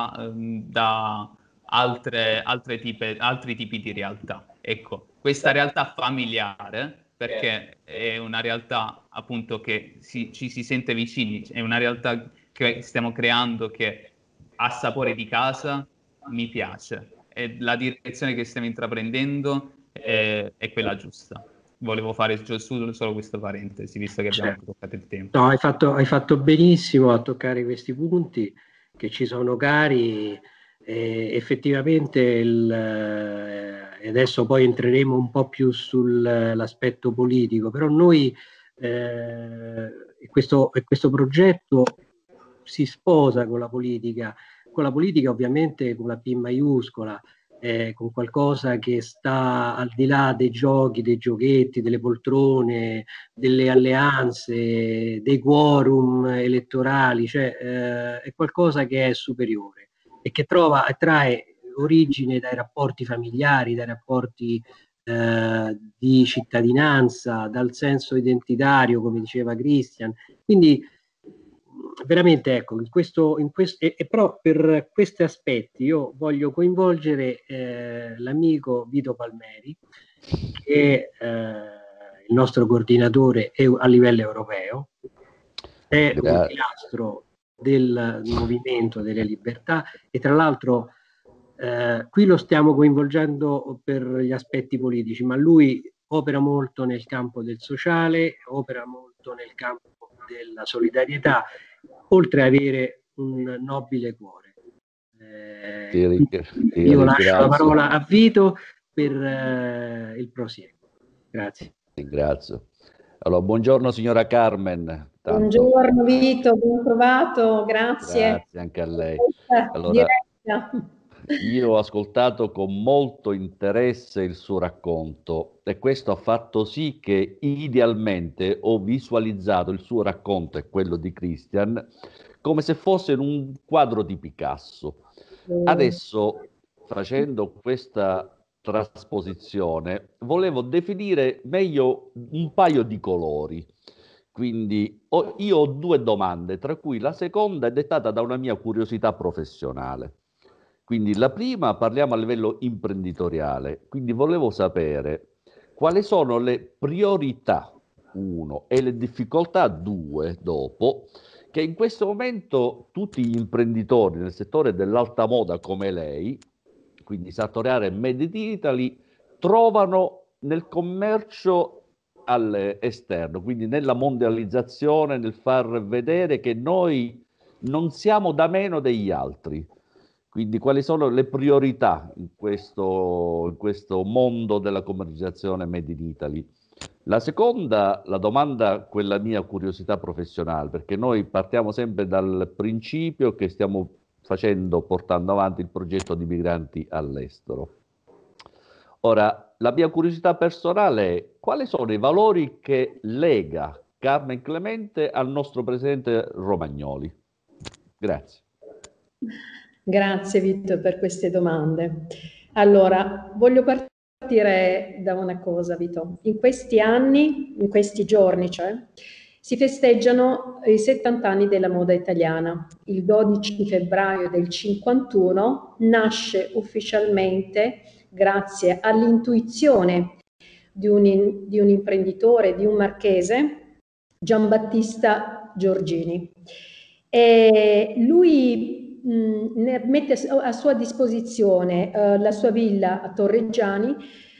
S2: da altri tipi di realtà. Ecco, questa realtà familiare, perché è una realtà appunto che ci si sente vicini, è una realtà che stiamo creando che ha sapore di casa, mi piace, e la direzione che stiamo intraprendendo è quella giusta. Volevo fare solo questa parentesi, visto che abbiamo toccato il tempo.
S3: No, hai fatto benissimo a toccare questi punti che ci sono cari. Effettivamente e adesso poi entreremo un po' più sull'aspetto politico, però noi questo progetto si sposa con la politica ovviamente con la P maiuscola, con qualcosa che sta al di là dei giochi, dei giochetti, delle poltrone, delle alleanze, dei quorum elettorali, cioè è qualcosa che è superiore e che trae origine dai rapporti familiari, dai rapporti di cittadinanza, dal senso identitario, come diceva Christian. Quindi veramente, ecco, però per questi aspetti io voglio coinvolgere l'amico Vito Palmeri, che è il nostro coordinatore a livello europeo, è un pilastro del movimento delle libertà, e tra l'altro qui lo stiamo coinvolgendo per gli aspetti politici, ma lui opera molto nel campo del sociale, opera molto nel campo della solidarietà, oltre ad avere un nobile cuore. Io lascio la parola a Vito per il prosieguo. Grazie.
S6: Ringrazio. Allora, buongiorno signora Carmen.
S4: Buongiorno Vito, ben trovato, grazie.
S6: Grazie anche a lei. Allora, io ho ascoltato con molto interesse il suo racconto e questo ha fatto sì che idealmente ho visualizzato il suo racconto e quello di Christian come se fosse in un quadro di Picasso. Adesso, facendo questa trasposizione, volevo definire meglio un paio di colori. Quindi io ho due domande, tra cui la seconda è dettata da una mia curiosità professionale. Quindi la prima, parliamo a livello imprenditoriale, quindi volevo sapere quali sono le priorità, uno, e le difficoltà, due, dopo, che in questo momento tutti gli imprenditori nel settore dell'alta moda come lei, quindi sartoriale Made in Italy, trovano nel commercio all'esterno, quindi nella mondializzazione, nel far vedere che noi non siamo da meno degli altri. Quindi quali sono le priorità in questo mondo della commercializzazione Made in Italy? La seconda, la domanda, quella mia curiosità professionale, perché noi partiamo sempre dal principio che stiamo portando avanti il progetto di migranti all'estero. Ora, la mia curiosità personale è quali sono i valori che lega Carmen Clemente al nostro presidente Romagnoli? Grazie.
S4: Grazie Vito per queste domande. Allora, voglio partire da una cosa, Vito. In questi anni, in questi giorni, cioè, si festeggiano i 70 anni della moda italiana. Il 12 febbraio del 51 nasce ufficialmente, grazie all'intuizione di un imprenditore, di un marchese, Giambattista Giorgini. E lui mette a sua disposizione la sua villa a Torreggiani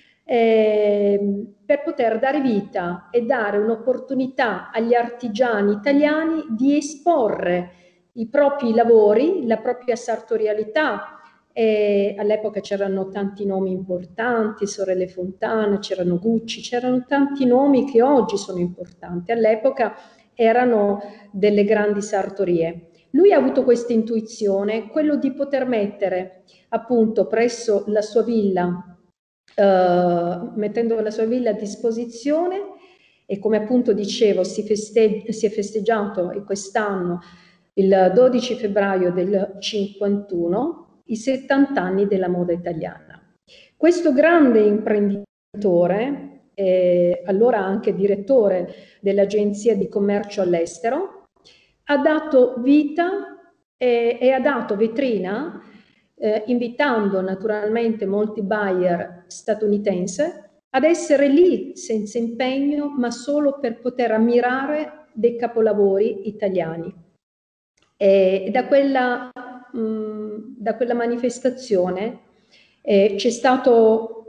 S4: per poter dare vita e dare un'opportunità agli artigiani italiani di esporre i propri lavori, la propria sartorialità. All'epoca c'erano tanti nomi importanti, Sorelle Fontana, c'erano Gucci, c'erano tanti nomi che oggi sono importanti. All'epoca erano delle grandi sartorie. Lui ha avuto questa intuizione, quello di poter mettere appunto presso la sua villa, mettendo la sua villa a disposizione, e come appunto dicevo si è festeggiato quest'anno il 12 febbraio del 51 i 70 anni della moda italiana. Questo grande imprenditore, allora anche direttore dell'agenzia di commercio all'estero, ha dato vita e ha dato vetrina, invitando naturalmente molti buyer statunitensi ad essere lì senza impegno, ma solo per poter ammirare dei capolavori italiani. E da quella manifestazione c'è stato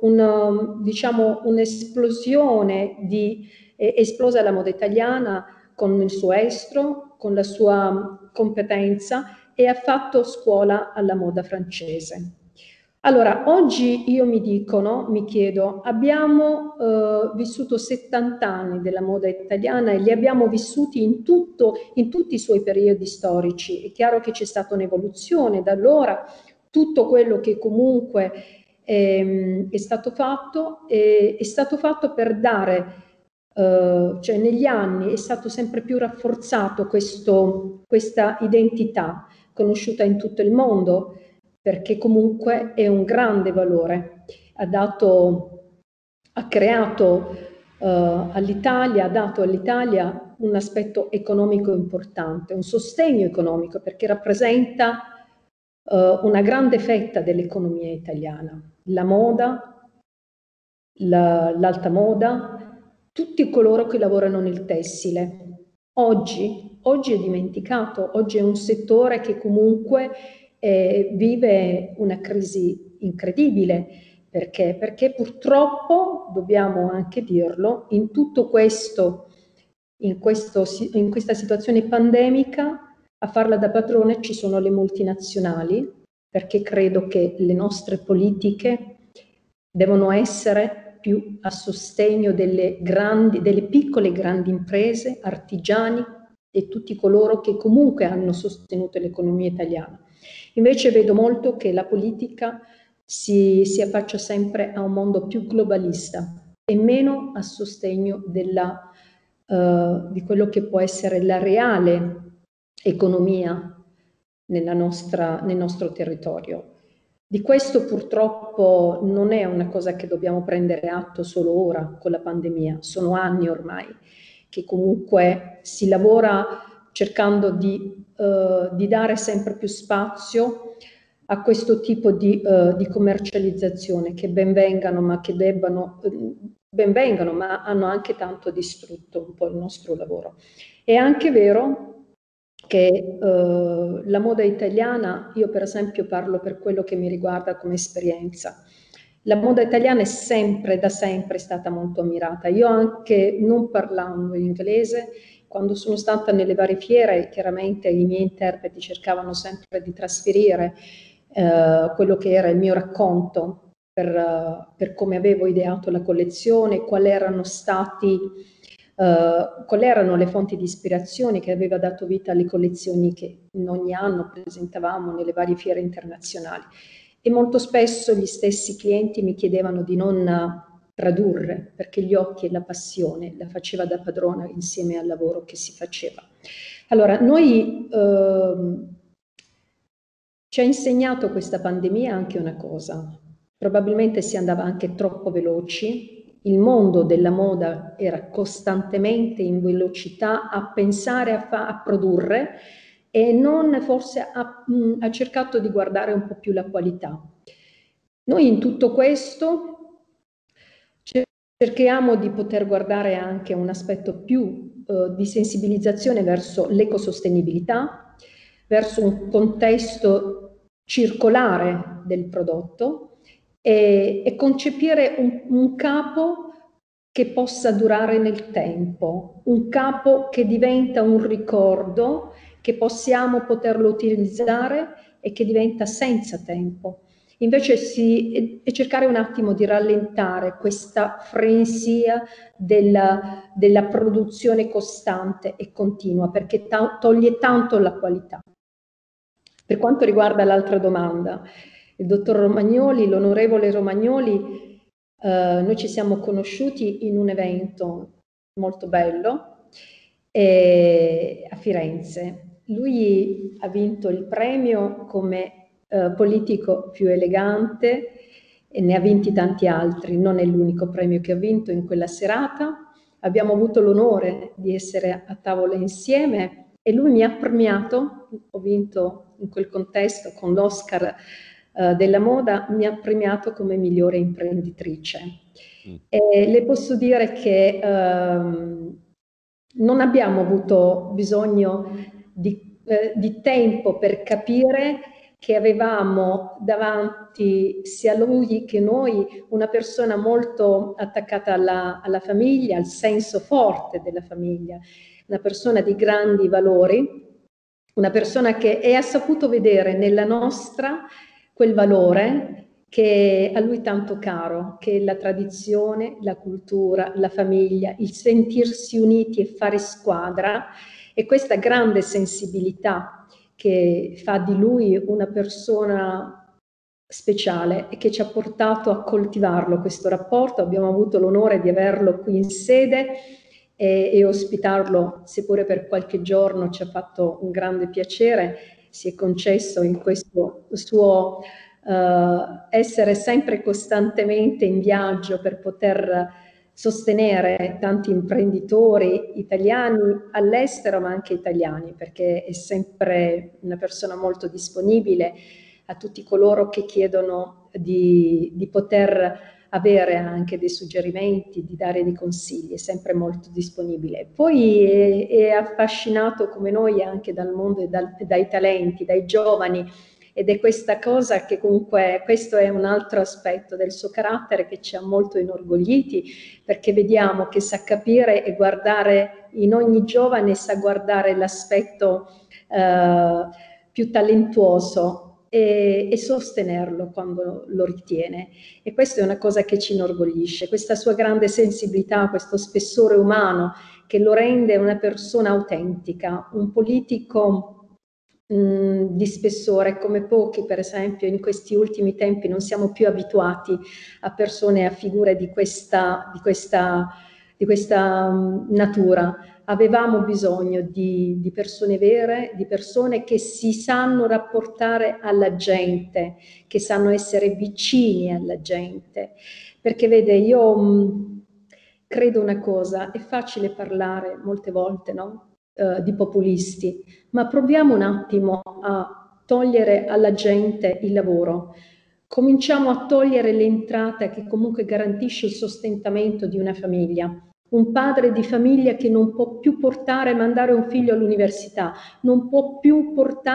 S4: un'esplosione esplosa la moda italiana con il suo estro, con la sua competenza, e ha fatto scuola alla moda francese. Allora, oggi io mi chiedo, abbiamo vissuto 70 anni della moda italiana e li abbiamo vissuti in tutti i suoi periodi storici. È chiaro che c'è stata un'evoluzione da allora, tutto quello che comunque è stato fatto per dare, cioè negli anni è stato sempre più rafforzato questa identità conosciuta in tutto il mondo, perché comunque è un grande valore. Ha dato ha creato all'Italia, ha dato all'Italia un aspetto economico importante, un sostegno economico, perché rappresenta una grande fetta dell'economia italiana. La moda, l'alta moda, tutti coloro che lavorano nel tessile. Oggi è dimenticato, oggi è un settore che comunque vive una crisi incredibile. Perché? Perché purtroppo, dobbiamo anche dirlo, in tutto questo, in questa situazione pandemica, a farla da padrone ci sono le multinazionali, perché credo che le nostre politiche devono essere più a sostegno delle piccole e grandi imprese, artigiani e tutti coloro che comunque hanno sostenuto l'economia italiana. Invece vedo molto che la politica si affaccia sempre a un mondo più globalista e meno a sostegno di quello che può essere la reale economia nel nostro territorio. Di questo purtroppo non è una cosa che dobbiamo prendere atto solo ora con la pandemia, sono anni ormai che comunque si lavora cercando di dare sempre più spazio a questo tipo di commercializzazione, che ben vengano, ma hanno anche tanto distrutto un po' il nostro lavoro. È anche vero che la moda italiana, io per esempio parlo per quello che mi riguarda come esperienza, la moda italiana è da sempre stata molto ammirata. Io anche non parlando inglese, quando sono stata nelle varie fiere, chiaramente i miei interpreti cercavano sempre di trasferire quello che era il mio racconto per come avevo ideato la collezione, quali erano le fonti di ispirazione che aveva dato vita alle collezioni che in ogni anno presentavamo nelle varie fiere internazionali. E molto spesso gli stessi clienti mi chiedevano di non tradurre, perché gli occhi e la passione la faceva da padrona insieme al lavoro che si faceva. Allora, noi ci ha insegnato questa pandemia anche una cosa: probabilmente si andava anche troppo veloci, il mondo della moda era costantemente in velocità a pensare a produrre e non forse ha cercato di guardare un po' più la qualità. Noi in tutto questo cerchiamo di poter guardare anche un aspetto più di sensibilizzazione verso l'ecosostenibilità, verso un contesto circolare del prodotto e concepire un capo che possa durare nel tempo, un capo che diventa un ricordo, che possiamo poterlo utilizzare e che diventa senza tempo. Invece e cercare un attimo di rallentare questa frenesia della produzione costante e continua, perché toglie tanto la qualità. Per quanto riguarda l'altra domanda, il dottor Romagnoli, l'onorevole Romagnoli, noi ci siamo conosciuti in un evento molto bello a Firenze. Lui ha vinto il premio come politico più elegante e ne ha vinti tanti altri, non è l'unico premio che ha vinto in quella serata. Abbiamo avuto l'onore di essere a tavola insieme e lui mi ha premiato, ho vinto in quel contesto con l'Oscar della moda, mi ha premiato come migliore imprenditrice. E le posso dire che non abbiamo avuto bisogno di tempo per capire che avevamo davanti sia lui che noi una persona molto attaccata alla famiglia, al senso forte della famiglia, una persona di grandi valori, una persona che ha saputo vedere nella nostra quel valore che a lui tanto caro, che è la tradizione, la cultura, la famiglia, il sentirsi uniti e fare squadra, e questa grande sensibilità che fa di lui una persona speciale e che ci ha portato a coltivarlo questo rapporto. Abbiamo avuto l'onore di averlo qui in sede e ospitarlo, seppure per qualche giorno, ci ha fatto un grande piacere. Si è concesso in questo suo essere sempre costantemente in viaggio per poter sostenere tanti imprenditori italiani all'estero, ma anche italiani, perché è sempre una persona molto disponibile a tutti coloro che chiedono di poter avere anche dei suggerimenti, di dare dei consigli, è sempre molto disponibile. Poi è affascinato come noi anche dal mondo e dai talenti, dai giovani, ed è questa cosa che comunque, questo è un altro aspetto del suo carattere che ci ha molto inorgogliti, perché vediamo che sa capire e guardare in ogni giovane, sa guardare l'aspetto più talentuoso e sostenerlo quando lo ritiene, e questa è una cosa che ci inorgoglisce, questa sua grande sensibilità, questo spessore umano che lo rende una persona autentica, un politico di spessore come pochi. Per esempio in questi ultimi tempi non siamo più abituati a persone, a figure di questa natura. Avevamo bisogno di persone vere, di persone che si sanno rapportare alla gente, che sanno essere vicini alla gente, perché vede, io credo una cosa, è facile parlare molte volte, no? Di populisti, ma proviamo un attimo a togliere alla gente il lavoro, cominciamo a togliere l'entrata che comunque garantisce il sostentamento di una famiglia. Un padre di famiglia che non può più mandare un figlio all'università, non può più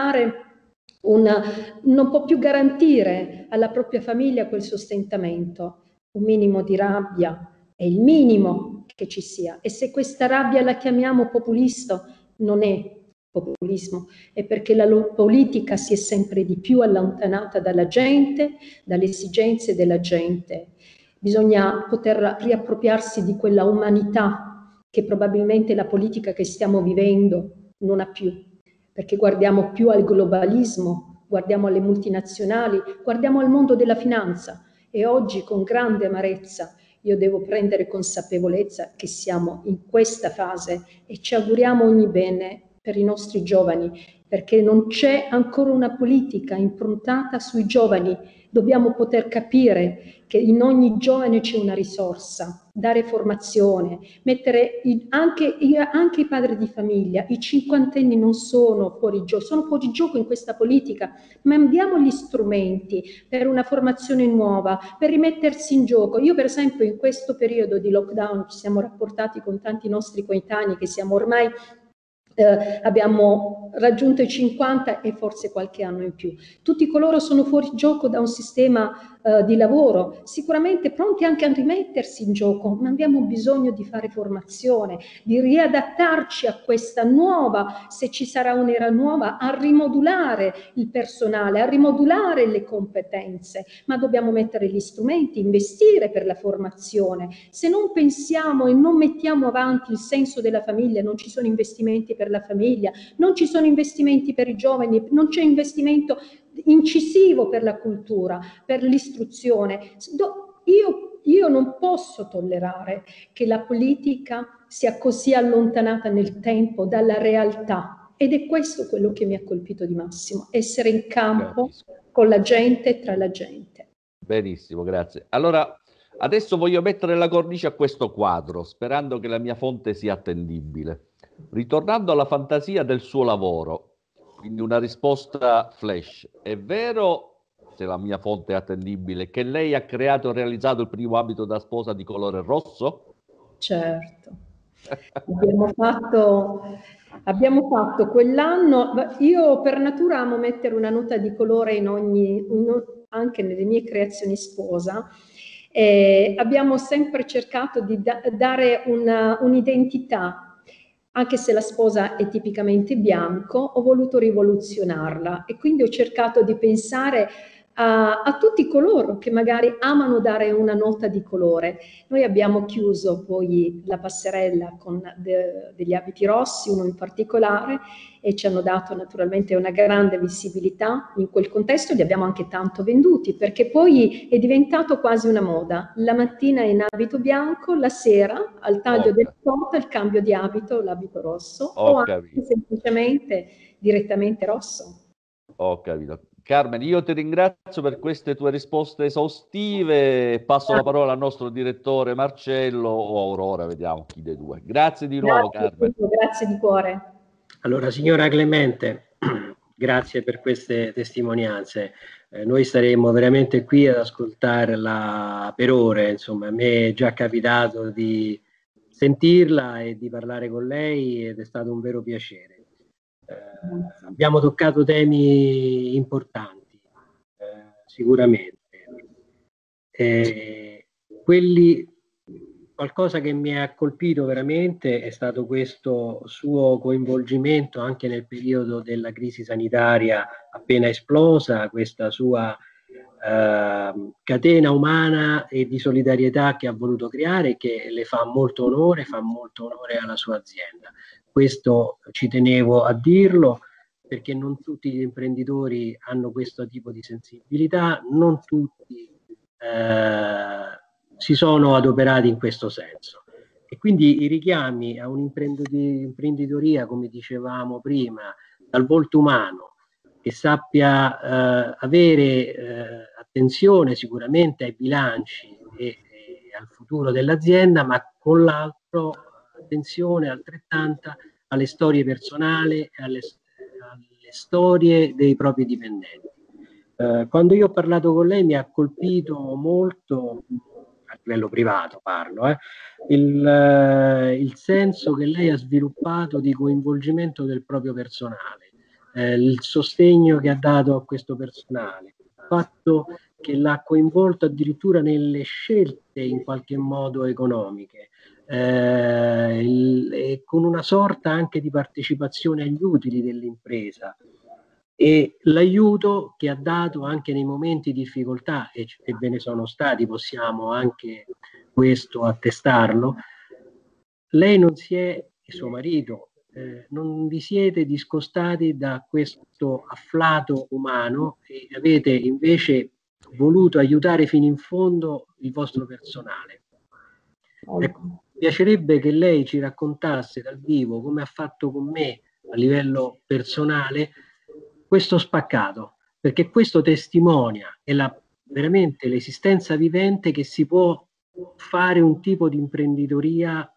S4: non può più garantire alla propria famiglia quel sostentamento. Un minimo di rabbia è il minimo che ci sia, e se questa rabbia la chiamiamo populista, non è populismo, è perché la politica si è sempre di più allontanata dalla gente, dalle esigenze della gente. Bisogna poter riappropriarsi di quella umanità che probabilmente la politica che stiamo vivendo non ha più, perché guardiamo più al globalismo, guardiamo alle multinazionali, guardiamo al mondo della finanza, e oggi con grande amarezza io devo prendere consapevolezza che siamo in questa fase, e ci auguriamo ogni bene per i nostri giovani, perché non c'è ancora una politica improntata sui giovani. Dobbiamo poter capire che in ogni giovane c'è una risorsa, dare formazione, mettere anche i padri di famiglia, i cinquantenni non sono fuori gioco, sono fuori gioco in questa politica, ma diamo gli strumenti per una formazione nuova, per rimettersi in gioco. Io per esempio in questo periodo di lockdown ci siamo rapportati con tanti nostri coetanei che siamo ormai abbiamo raggiunto i 50 e forse qualche anno in più. Tutti coloro sono fuori gioco da un sistema di lavoro, sicuramente pronti anche a rimettersi in gioco, ma abbiamo bisogno di fare formazione, di riadattarci a questa nuova, se ci sarà un'era nuova, a rimodulare il personale, a rimodulare le competenze, ma dobbiamo mettere gli strumenti, investire per la formazione. Se non pensiamo e non mettiamo avanti il senso della famiglia, non ci sono investimenti per la famiglia, non ci sono investimenti per i giovani, non c'è investimento incisivo per la cultura, per l'istruzione. Io non posso tollerare che la politica sia così allontanata nel tempo dalla realtà, ed è questo quello che mi ha colpito di massimo, essere in campo con la gente e tra la gente.
S6: Benissimo, grazie. Allora, adesso voglio mettere la cornice a questo quadro, sperando che la mia fonte sia attendibile. Ritornando alla fantasia del suo lavoro, quindi una risposta flash, è vero, se la mia fonte è attendibile, che lei ha creato e realizzato il primo abito da sposa di colore rosso?
S4: Certo, abbiamo fatto quell'anno, io per natura amo mettere una nota di colore anche nelle mie creazioni sposa. Abbiamo sempre cercato di dare un'identità. Anche se la sposa è tipicamente bianco, ho voluto rivoluzionarla, e quindi ho cercato di pensare a tutti coloro che magari amano dare una nota di colore. Noi abbiamo chiuso poi la passerella con degli abiti rossi, uno in particolare, e ci hanno dato naturalmente una grande visibilità. In quel contesto li abbiamo anche tanto venduti, perché poi è diventato quasi una moda. La mattina in abito bianco, la sera al taglio del torta il cambio di abito, l'abito rosso, o anche semplicemente direttamente rosso.
S6: Ho capito. Carmen, io ti ringrazio per queste tue risposte esaustive. Passo la parola al nostro direttore Marcello o Aurora, vediamo chi dei due. Grazie di nuovo, Carmen.
S4: Grazie di cuore.
S3: Allora, signora Clemente, grazie per queste testimonianze. Noi staremo veramente qui ad ascoltarla per ore. Insomma, a me è già capitato di sentirla e di parlare con lei ed è stato un vero piacere. Abbiamo toccato temi importanti, sicuramente. Qualcosa che mi ha colpito veramente è stato questo suo coinvolgimento anche nel periodo della crisi sanitaria appena esplosa, questa sua catena umana e di solidarietà che ha voluto creare, che le fa molto onore alla sua azienda. Questo ci tenevo a dirlo, perché non tutti gli imprenditori hanno questo tipo di sensibilità, non tutti si sono adoperati in questo senso. E quindi i richiami a un'imprenditoria, come dicevamo prima, dal volto umano, che sappia avere attenzione sicuramente ai bilanci e al futuro dell'azienda, ma con l'altro attenzione altrettanta alle storie personali e alle storie dei propri dipendenti. Quando io ho parlato con lei mi ha colpito molto, a livello privato parlo, il senso che lei ha sviluppato di coinvolgimento del proprio personale, il sostegno che ha dato a questo personale, il fatto che l'ha coinvolto addirittura nelle scelte in qualche modo economiche, e con una sorta anche di partecipazione agli utili dell'impresa, e l'aiuto che ha dato anche nei momenti di difficoltà, e ve ne sono stati, possiamo anche questo attestarlo. Lei non si è, e suo marito, non vi siete discostati da questo afflato umano e avete invece voluto aiutare fino in fondo il vostro personale. Ecco, mi piacerebbe che lei ci raccontasse dal vivo, come ha fatto con me a livello personale, questo spaccato, perché questo testimonia veramente l'esistenza vivente che si può fare un tipo di imprenditoria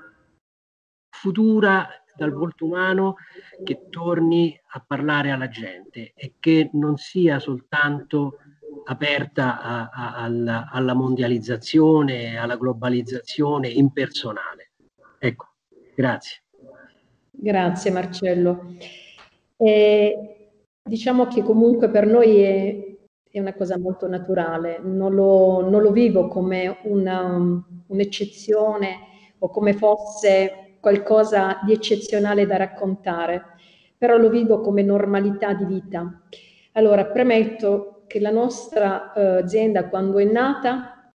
S3: futura dal volto umano, che torni a parlare alla gente e che non sia soltanto aperta alla mondializzazione, alla globalizzazione impersonale. Ecco, grazie.
S4: Grazie Marcello. Diciamo che comunque per noi è una cosa molto naturale, non lo vivo come un'eccezione o come fosse qualcosa di eccezionale da raccontare, però lo vivo come normalità di vita. Allora, premetto che la nostra azienda, quando è nata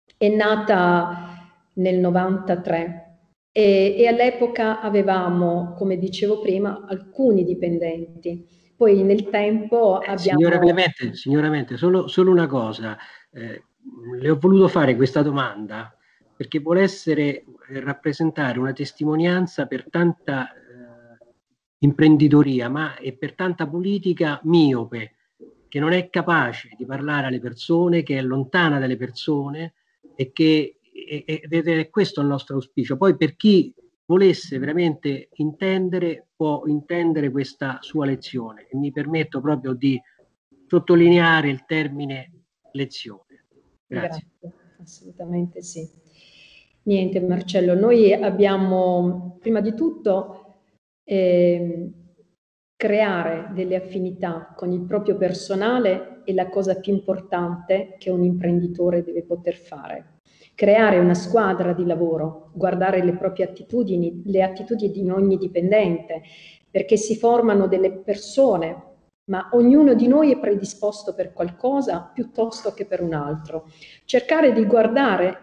S4: nel 93 e all'epoca avevamo, come dicevo prima, alcuni dipendenti. Poi nel tempo abbiamo...
S3: Signora Clemente, solo una cosa, le ho voluto fare questa domanda perché vuole rappresentare una testimonianza per tanta imprenditoria, ma e per tanta politica miope, che non è capace di parlare alle persone, che è lontana dalle persone, e che è questo il nostro auspicio. Poi per chi volesse veramente intendere, può intendere questa sua lezione, e mi permetto proprio di sottolineare il termine lezione. Grazie.
S4: Assolutamente sì. Niente Marcello, noi abbiamo prima di tutto creare delle affinità con il proprio personale è la cosa più importante che un imprenditore deve poter fare. Creare una squadra di lavoro, guardare le proprie attitudini, le attitudini di ogni dipendente, perché si formano delle persone, ma ognuno di noi è predisposto per qualcosa piuttosto che per un altro. Cercare di guardare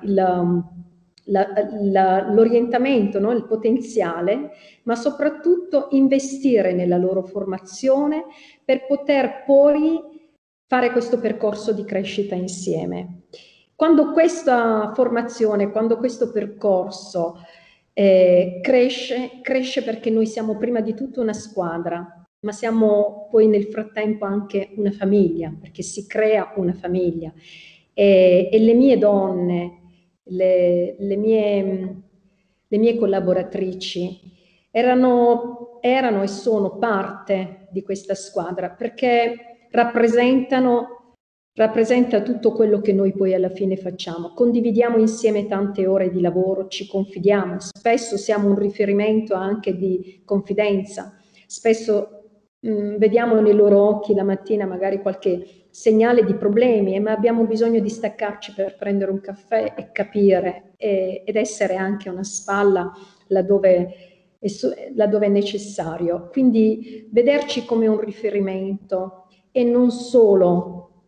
S4: l'orientamento, no? Il potenziale, ma soprattutto investire nella loro formazione per poter poi fare questo percorso di crescita insieme. Quando questa formazione, quando questo percorso cresce perché noi siamo prima di tutto una squadra, ma siamo poi nel frattempo anche una famiglia, perché si crea una famiglia. E le mie donne, le mie collaboratrici erano e sono parte di questa squadra, perché rappresenta tutto quello che noi poi alla fine facciamo. Condividiamo insieme tante ore di lavoro, ci confidiamo, spesso siamo un riferimento anche di confidenza, spesso vediamo nei loro occhi la mattina magari qualche segnale di problemi, ma abbiamo bisogno di staccarci per prendere un caffè e capire ed essere anche una spalla laddove è necessario. Quindi vederci come un riferimento e non solo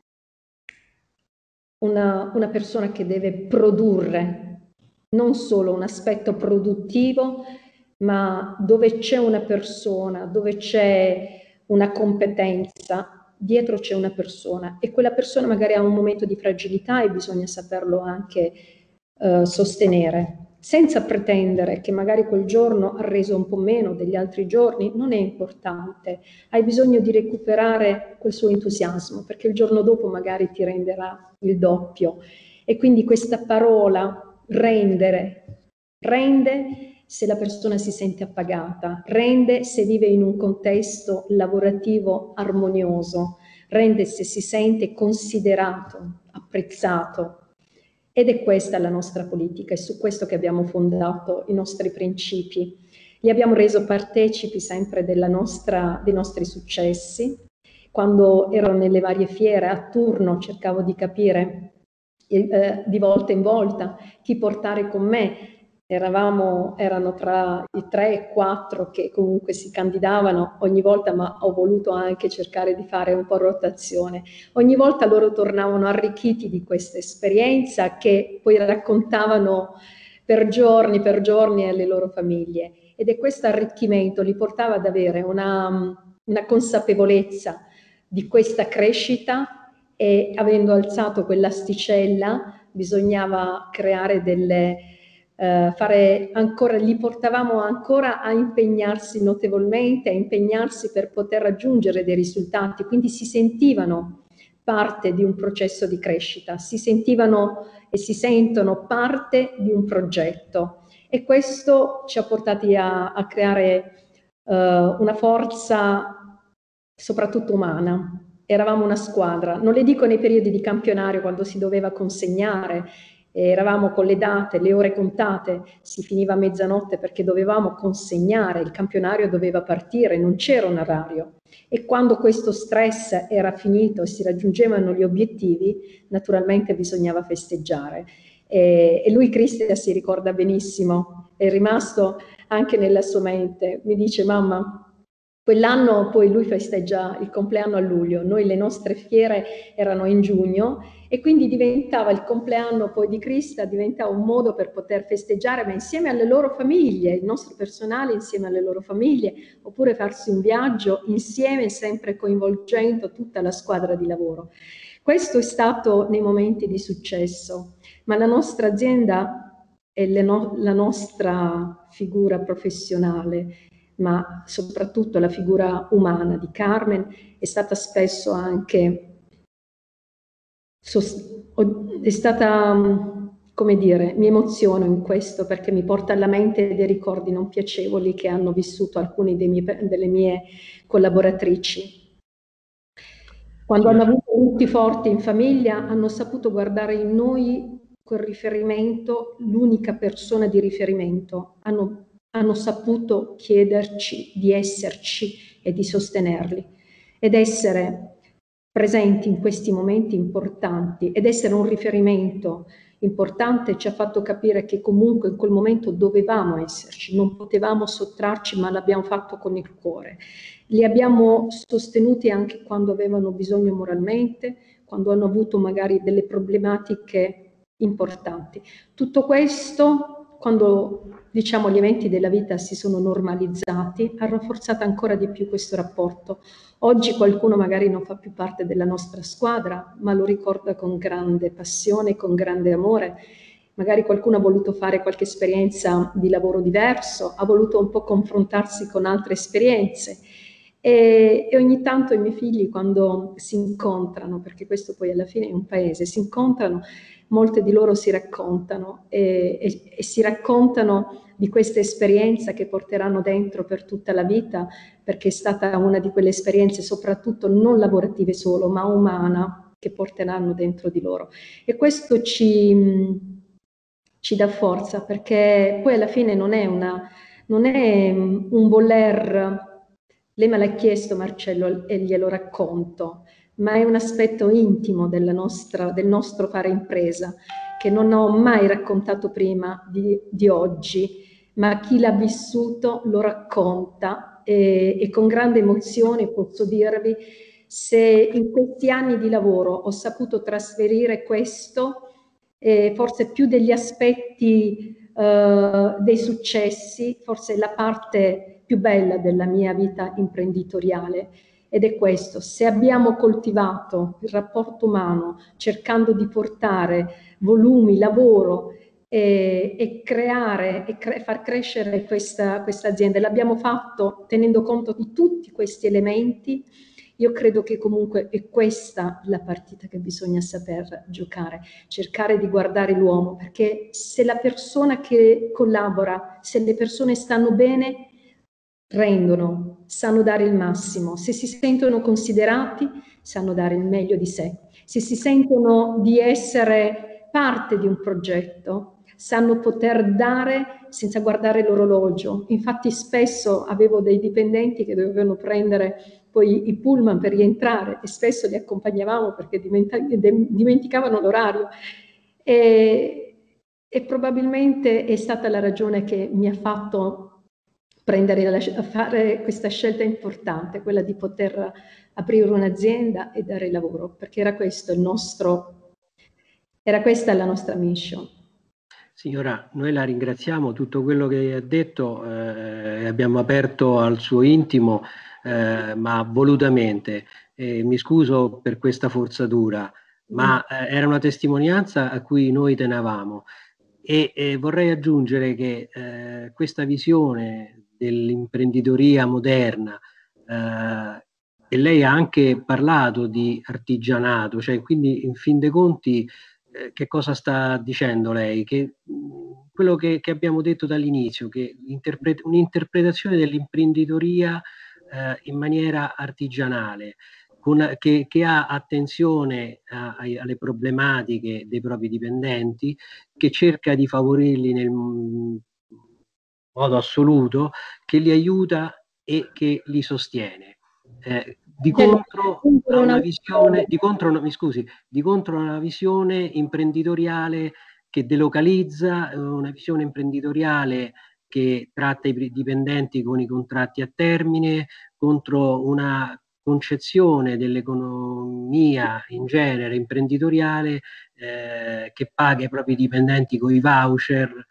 S4: una persona che deve produrre, non solo un aspetto produttivo, ma dove c'è una persona, dove c'è una competenza, dietro c'è una persona e quella persona magari ha un momento di fragilità e bisogna saperlo anche sostenere, senza pretendere che magari quel giorno ha reso un po' meno degli altri giorni. Non è importante, hai bisogno di recuperare quel suo entusiasmo, perché il giorno dopo magari ti renderà il doppio. E quindi questa parola rende se la persona si sente appagata, rende se vive in un contesto lavorativo armonioso, rende se si sente considerato, apprezzato. Ed è questa la nostra politica, è su questo che abbiamo fondato i nostri principi. Li abbiamo reso partecipi sempre dei nostri successi. Quando ero nelle varie fiere, a turno cercavo di capire di volta in volta chi portare con me. Erano tra i 3 e 4 che comunque si candidavano ogni volta, ma ho voluto anche cercare di fare un po' rotazione. Ogni volta loro tornavano arricchiti di questa esperienza che poi raccontavano per giorni alle loro famiglie. Ed è questo arricchimento li portava ad avere una consapevolezza di questa crescita, e avendo alzato quell'asticella bisognava creare li portavamo ancora a impegnarsi notevolmente, a impegnarsi per poter raggiungere dei risultati, quindi si sentivano parte di un processo di crescita, si sentivano e si sentono parte di un progetto, e questo ci ha portati a creare una forza soprattutto umana. Eravamo una squadra, non le dico nei periodi di campionario quando si doveva consegnare, eravamo con le date, le ore contate, si finiva a mezzanotte perché dovevamo consegnare, il campionario doveva partire, non c'era un orario. E quando questo stress era finito e si raggiungevano gli obiettivi, naturalmente bisognava festeggiare. E lui, Cristian, si ricorda benissimo, è rimasto anche nella sua mente. Mi dice: mamma, quell'anno poi lui festeggia il compleanno a luglio, noi le nostre fiere erano in giugno, e quindi diventava il compleanno poi di Crista, diventava un modo per poter festeggiare, ma insieme alle loro famiglie, il nostro personale insieme alle loro famiglie, oppure farsi un viaggio insieme, sempre coinvolgendo tutta la squadra di lavoro. Questo è stato nei momenti di successo, ma la nostra azienda e la nostra figura professionale, ma soprattutto la figura umana di Carmen è stata spesso anche, è stata, come dire, mi emoziono in questo perché mi porta alla mente dei ricordi non piacevoli che hanno vissuto alcune delle mie collaboratrici. Quando hanno avuto lutti forti in famiglia, hanno saputo guardare in noi quel riferimento, l'unica persona di riferimento, hanno saputo chiederci di esserci e di sostenerli, ed essere presenti in questi momenti importanti ed essere un riferimento importante ci ha fatto capire che comunque in quel momento dovevamo esserci, non potevamo sottrarci, ma l'abbiamo fatto con il cuore. Li abbiamo sostenuti anche quando avevano bisogno moralmente, quando hanno avuto magari delle problematiche importanti. Tutto questo, quando diciamo gli eventi della vita si sono normalizzati, ha rafforzato ancora di più questo rapporto. Oggi qualcuno magari non fa più parte della nostra squadra, ma lo ricorda con grande passione, con grande amore. Magari qualcuno ha voluto fare qualche esperienza di lavoro diverso, ha voluto un po' confrontarsi con altre esperienze, E ogni tanto i miei figli, quando si incontrano, perché questo poi alla fine è un paese, si incontrano, molte di loro si raccontano e si raccontano di questa esperienza che porteranno dentro per tutta la vita, perché è stata una di quelle esperienze soprattutto non lavorative solo, ma umana, che porteranno dentro di loro. E questo ci dà forza, perché poi alla fine non è un voler... Lei me l'ha chiesto, Marcello, e glielo racconto, ma è un aspetto intimo del nostro fare impresa, che non ho mai raccontato prima di oggi, ma chi l'ha vissuto lo racconta e con grande emozione posso dirvi, se in questi anni di lavoro ho saputo trasferire questo, forse più degli aspetti dei successi, forse la parte più bella della mia vita imprenditoriale, ed è questo: se abbiamo coltivato il rapporto umano cercando di portare volumi, lavoro e creare e far crescere questa azienda, l'abbiamo fatto tenendo conto di tutti questi elementi. Io credo che comunque è questa la partita che bisogna saper giocare, cercare di guardare l'uomo, perché se la persona che collabora, se le persone stanno bene, rendono, sanno dare il massimo, se si sentono considerati, sanno dare il meglio di sé, se si sentono di essere parte di un progetto, sanno poter dare senza guardare l'orologio. Infatti spesso avevo dei dipendenti che dovevano prendere poi i pullman per rientrare e spesso li accompagnavamo perché dimenticavano l'orario e probabilmente è stata la ragione che mi ha fatto fare questa scelta importante, quella di poter aprire un'azienda e dare lavoro, perché era questa la nostra mission.
S3: Signora, noi la ringraziamo, tutto quello che ha detto abbiamo aperto al suo intimo, ma volutamente. Mi scuso per questa forzatura, ma era una testimonianza a cui noi tenevamo. E vorrei aggiungere che questa visione dell'imprenditoria moderna, e lei ha anche parlato di artigianato, cioè quindi in fin dei conti che cosa sta dicendo lei? Che quello che abbiamo detto dall'inizio, che un'interpretazione dell'imprenditoria in maniera artigianale, che ha attenzione alle problematiche dei propri dipendenti, che cerca di favorirli nel modo assoluto, che li aiuta e che li sostiene. Di contro a una visione, di contro a una visione imprenditoriale che delocalizza, una visione imprenditoriale che tratta i dipendenti con i contratti a termine, contro una concezione dell'economia in genere imprenditoriale che paga i propri dipendenti con i voucher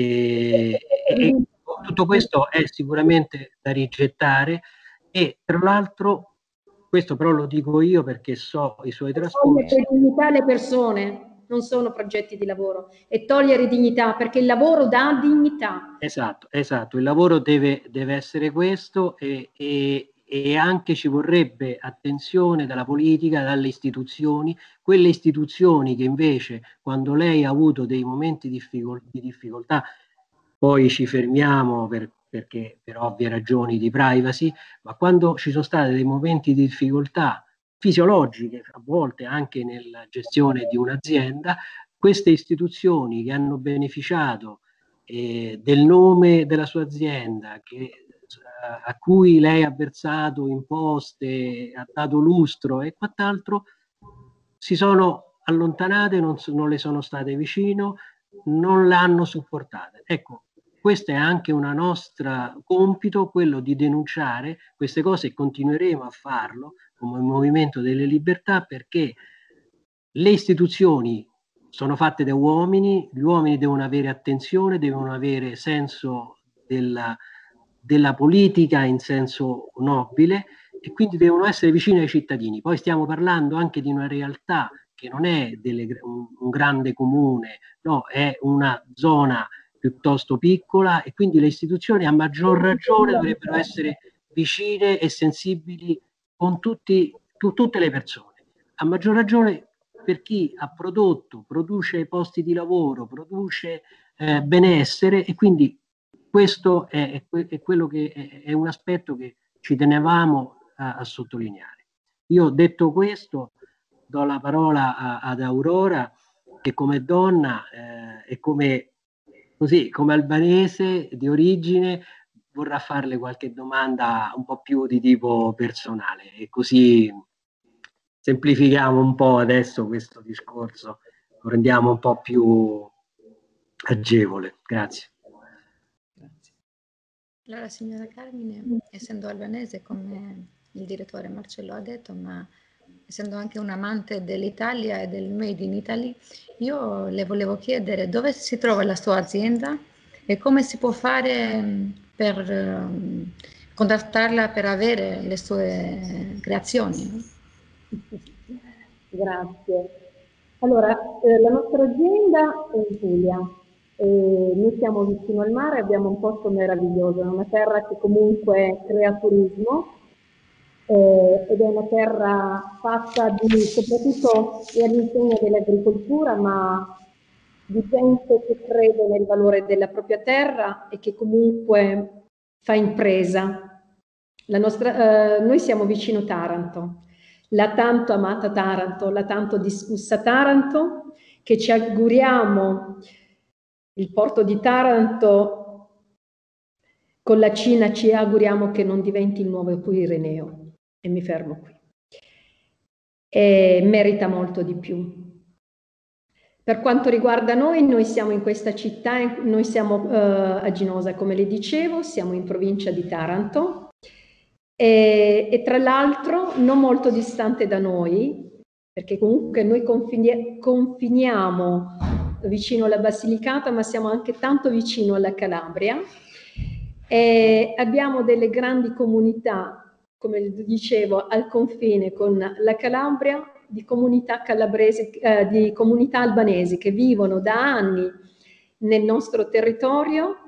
S3: e tutto questo è sicuramente da rigettare. E tra l'altro, questo però lo dico io perché so i suoi trascorsi.
S4: Togliere dignità alle persone, non sono progetti di lavoro, è togliere dignità, perché il lavoro dà dignità.
S3: Esatto, il lavoro deve essere questo e anche ci vorrebbe attenzione dalla politica, dalle istituzioni, quelle istituzioni che invece quando lei ha avuto dei momenti di difficoltà, poi ci fermiamo perché per ovvie ragioni di privacy, ma quando ci sono stati dei momenti di difficoltà fisiologiche, a volte anche nella gestione di un'azienda, queste istituzioni che hanno beneficiato del nome della sua azienda, a cui lei ha versato imposte, ha dato lustro e quant'altro, si sono allontanate, non le sono state vicino, non l'hanno supportata. Ecco, questo è anche un nostro compito, quello di denunciare queste cose, e continueremo a farlo come Movimento delle Libertà, perché le istituzioni sono fatte da uomini, gli uomini devono avere attenzione, devono avere senso della politica in senso nobile e quindi devono essere vicini ai cittadini. Poi stiamo parlando anche di una realtà che non è un grande comune, no, è una zona piuttosto piccola e quindi le istituzioni a maggior ragione dovrebbero essere vicine e sensibili con tutte le persone. A maggior ragione per chi ha prodotto, produce posti di lavoro, produce benessere, e quindi questo è quello che è un aspetto che ci tenevamo a sottolineare. Io, detto questo, do la parola ad Aurora, che come donna e come albanese di origine vorrà farle qualche domanda un po' più di tipo personale, e così semplifichiamo un po' adesso questo discorso, lo rendiamo un po' più agevole. Grazie.
S5: Allora, signora Carmine, essendo albanese, come il direttore Marcello ha detto, ma essendo anche un amante dell'Italia e del Made in Italy, io le volevo chiedere dove si trova la sua azienda e come si può fare per contattarla per avere le sue creazioni.
S4: Grazie. Allora, la nostra azienda è in Puglia. Noi siamo vicino al mare, abbiamo un posto meraviglioso, è una terra che comunque crea turismo, ed è una terra fatta soprattutto all'insegna dell'agricoltura, ma di gente che crede nel valore della propria terra e che comunque fa impresa. Noi siamo vicino Taranto, la tanto amata Taranto, la tanto discussa Taranto, che ci auguriamo il porto di Taranto con la Cina, ci auguriamo che non diventi il nuovo Ireneo. E mi fermo qui. E merita molto di più. Per quanto riguarda noi siamo in questa città, noi siamo a Ginosa, come le dicevo, siamo in provincia di Taranto, e tra l'altro non molto distante da noi, perché comunque noi confiniamo vicino alla Basilicata, ma siamo anche tanto vicino alla Calabria, e abbiamo delle grandi comunità, come dicevo, al confine con la Calabria, di comunità calabresi, di comunità albanesi che vivono da anni nel nostro territorio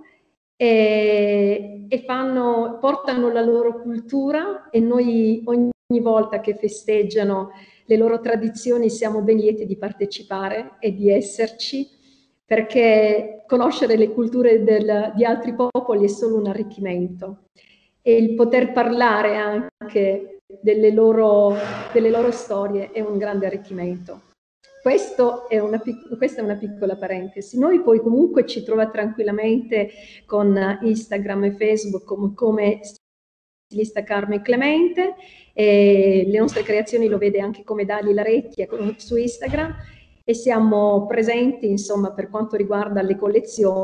S4: e portano la loro cultura, e noi ogni volta che festeggiano le loro tradizioni siamo ben lieti di partecipare e di esserci, perché conoscere le culture di altri popoli è solo un arricchimento, e il poter parlare anche delle loro storie è un grande arricchimento. Questa è una piccola parentesi. Noi poi comunque ci trova tranquillamente con Instagram e Facebook come stilista Carmen Clemente, e le nostre creazioni lo vede anche come Dali Larecchia su Instagram, e siamo presenti insomma per quanto riguarda le collezioni.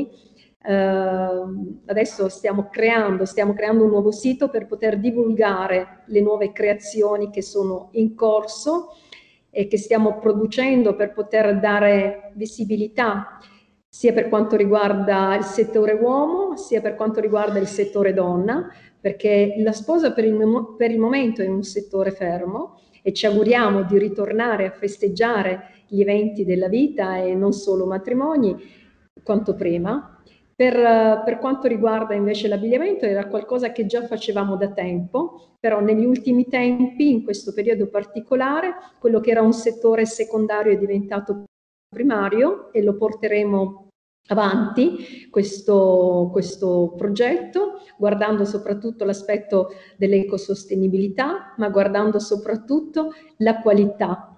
S4: Adesso stiamo creando un nuovo sito per poter divulgare le nuove creazioni che sono in corso e che stiamo producendo, per poter dare visibilità sia per quanto riguarda il settore uomo sia per quanto riguarda il settore donna, perché la sposa per il momento è un settore fermo e ci auguriamo di ritornare a festeggiare gli eventi della vita e non solo matrimoni quanto prima. Per quanto riguarda invece l'abbigliamento, era qualcosa che già facevamo da tempo, però negli ultimi tempi, in questo periodo particolare, quello che era un settore secondario è diventato primario, e lo porteremo avanti questo progetto, guardando soprattutto l'aspetto dell'ecosostenibilità, ma guardando soprattutto la qualità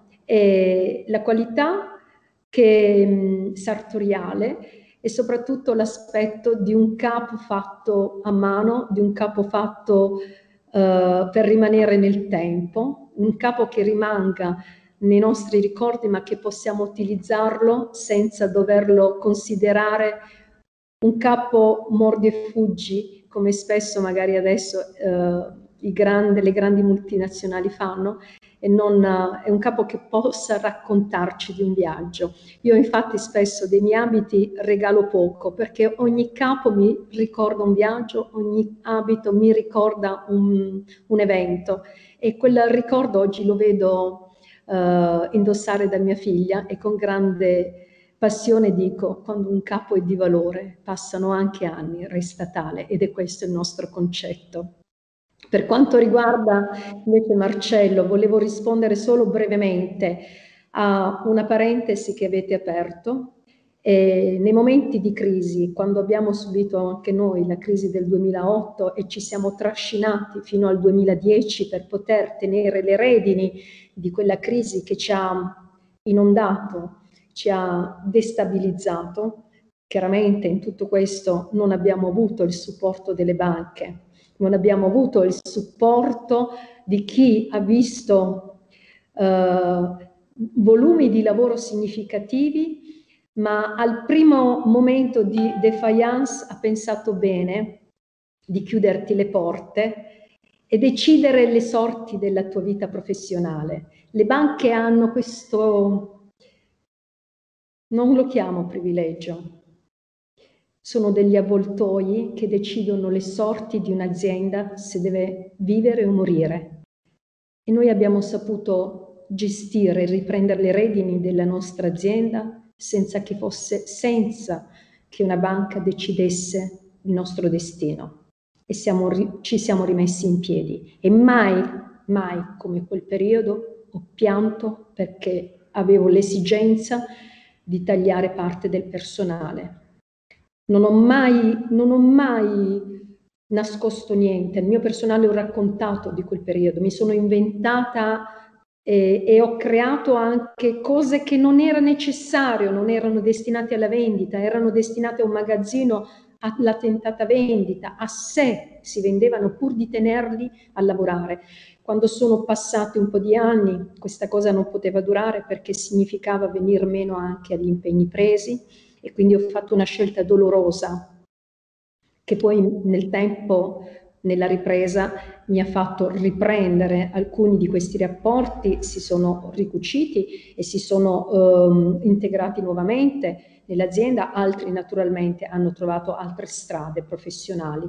S4: sartoriale, e soprattutto l'aspetto di un capo fatto a mano, di un capo fatto per rimanere nel tempo, un capo che rimanga nei nostri ricordi, ma che possiamo utilizzarlo senza doverlo considerare un capo mordi e fuggi, come spesso magari adesso le grandi multinazionali fanno, e non è un capo che possa raccontarci di un viaggio. Io infatti spesso dei miei abiti regalo poco, perché ogni capo mi ricorda un viaggio, ogni abito mi ricorda un evento, e quel ricordo oggi lo vedo indossare da mia figlia, e con grande passione dico: quando un capo è di valore passano anche anni, resta tale, ed è questo il nostro concetto. Per quanto riguarda invece Marcello, volevo rispondere solo brevemente a una parentesi che avete aperto. Nei momenti di crisi, quando abbiamo subito anche noi la crisi del 2008 e ci siamo trascinati fino al 2010 per poter tenere le redini di quella crisi che ci ha inondato, ci ha destabilizzato, chiaramente in tutto questo non abbiamo avuto il supporto delle banche, non abbiamo avuto il supporto di chi ha visto volumi di lavoro significativi, ma al primo momento di defiance ha pensato bene di chiuderti le porte e decidere le sorti della tua vita professionale. Le banche hanno questo, non lo chiamo privilegio, sono degli avvoltoi che decidono le sorti di un'azienda se deve vivere o morire. E noi abbiamo saputo gestire e riprendere le redini della nostra azienda senza che una banca decidesse il nostro destino. E ci siamo rimessi in piedi. E mai come quel periodo ho pianto perché avevo l'esigenza di tagliare parte del personale. Non ho mai nascosto niente. Il mio personale ho raccontato di quel periodo, mi sono inventata e ho creato anche cose che non era necessario, non erano destinate alla vendita, erano destinate a un magazzino, alla tentata vendita, a sé si vendevano pur di tenerli a lavorare. Quando sono passati un po' di anni questa cosa non poteva durare perché significava venir meno anche agli impegni presi e quindi ho fatto una scelta dolorosa che poi nel tempo, nella ripresa, mi ha fatto riprendere alcuni di questi rapporti, si sono ricuciti e si sono integrati nuovamente nell'azienda, altri naturalmente hanno trovato altre strade professionali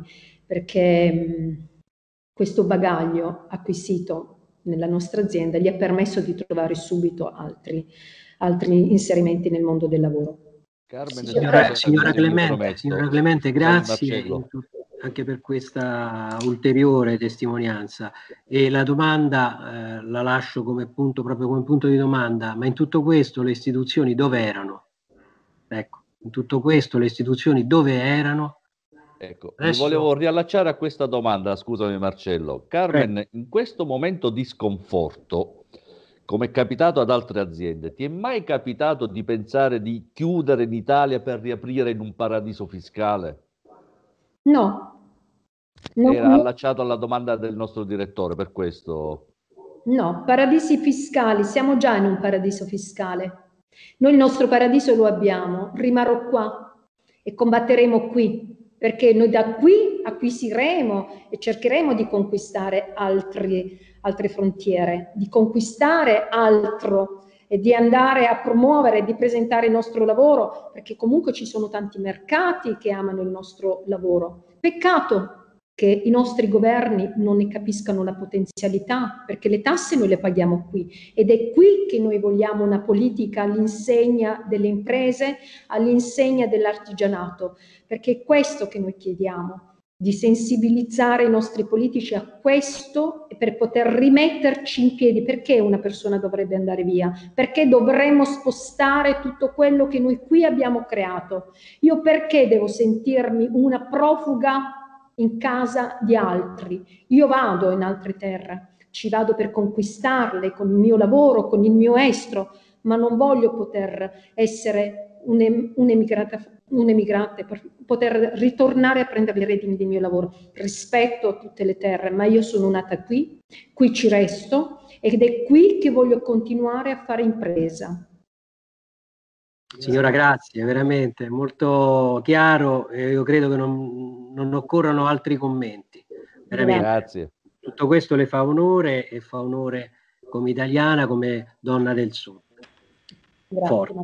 S4: perché questo bagaglio acquisito nella nostra azienda gli ha permesso di trovare subito altri inserimenti nel mondo del lavoro.
S6: Carmen,
S3: signora Clemente, grazie anche per questa ulteriore testimonianza. E la domanda la lascio proprio come punto di domanda, ma in tutto questo le istituzioni dove erano? Ecco, in tutto questo le istituzioni dove erano?
S6: Ecco, mi volevo riallacciare a questa domanda, scusami Marcello. Carmen, in questo momento di sconforto, come è capitato ad altre aziende, ti è mai capitato di pensare di chiudere in Italia per riaprire in un paradiso fiscale?
S4: No.
S6: Era allacciato alla domanda del nostro direttore, per questo.
S4: No, paradisi fiscali, siamo già in un paradiso fiscale. Noi il nostro paradiso lo abbiamo, rimarrò qua e combatteremo qui, perché noi da qui acquisiremo e cercheremo di conquistare altre frontiere, di conquistare altro e di andare a promuovere, di presentare il nostro lavoro, perché comunque ci sono tanti mercati che amano il nostro lavoro. Peccato che i nostri governi non ne capiscano la potenzialità, perché le tasse noi le paghiamo qui ed è qui che noi vogliamo una politica all'insegna delle imprese, all'insegna dell'artigianato, perché è questo che noi chiediamo, di sensibilizzare i nostri politici a questo e per poter rimetterci in piedi. Perché una persona dovrebbe andare via? Perché dovremmo spostare tutto quello che noi qui abbiamo creato? Io perché devo sentirmi una profuga in casa di altri? Io vado in altre terre, ci vado per conquistarle con il mio lavoro, con il mio estro, ma non voglio poter essere un emigrante per poter ritornare a prendere le redini del mio lavoro. Rispetto tutte le terre, ma io sono nata qui ci resto ed è qui che voglio continuare a fare impresa.
S3: Signora, grazie, veramente molto chiaro. Io credo che non occorrano altri commenti. Veramente.
S6: Grazie.
S3: Tutto questo le fa onore e fa onore come italiana, come donna del Sud.
S4: Grazie.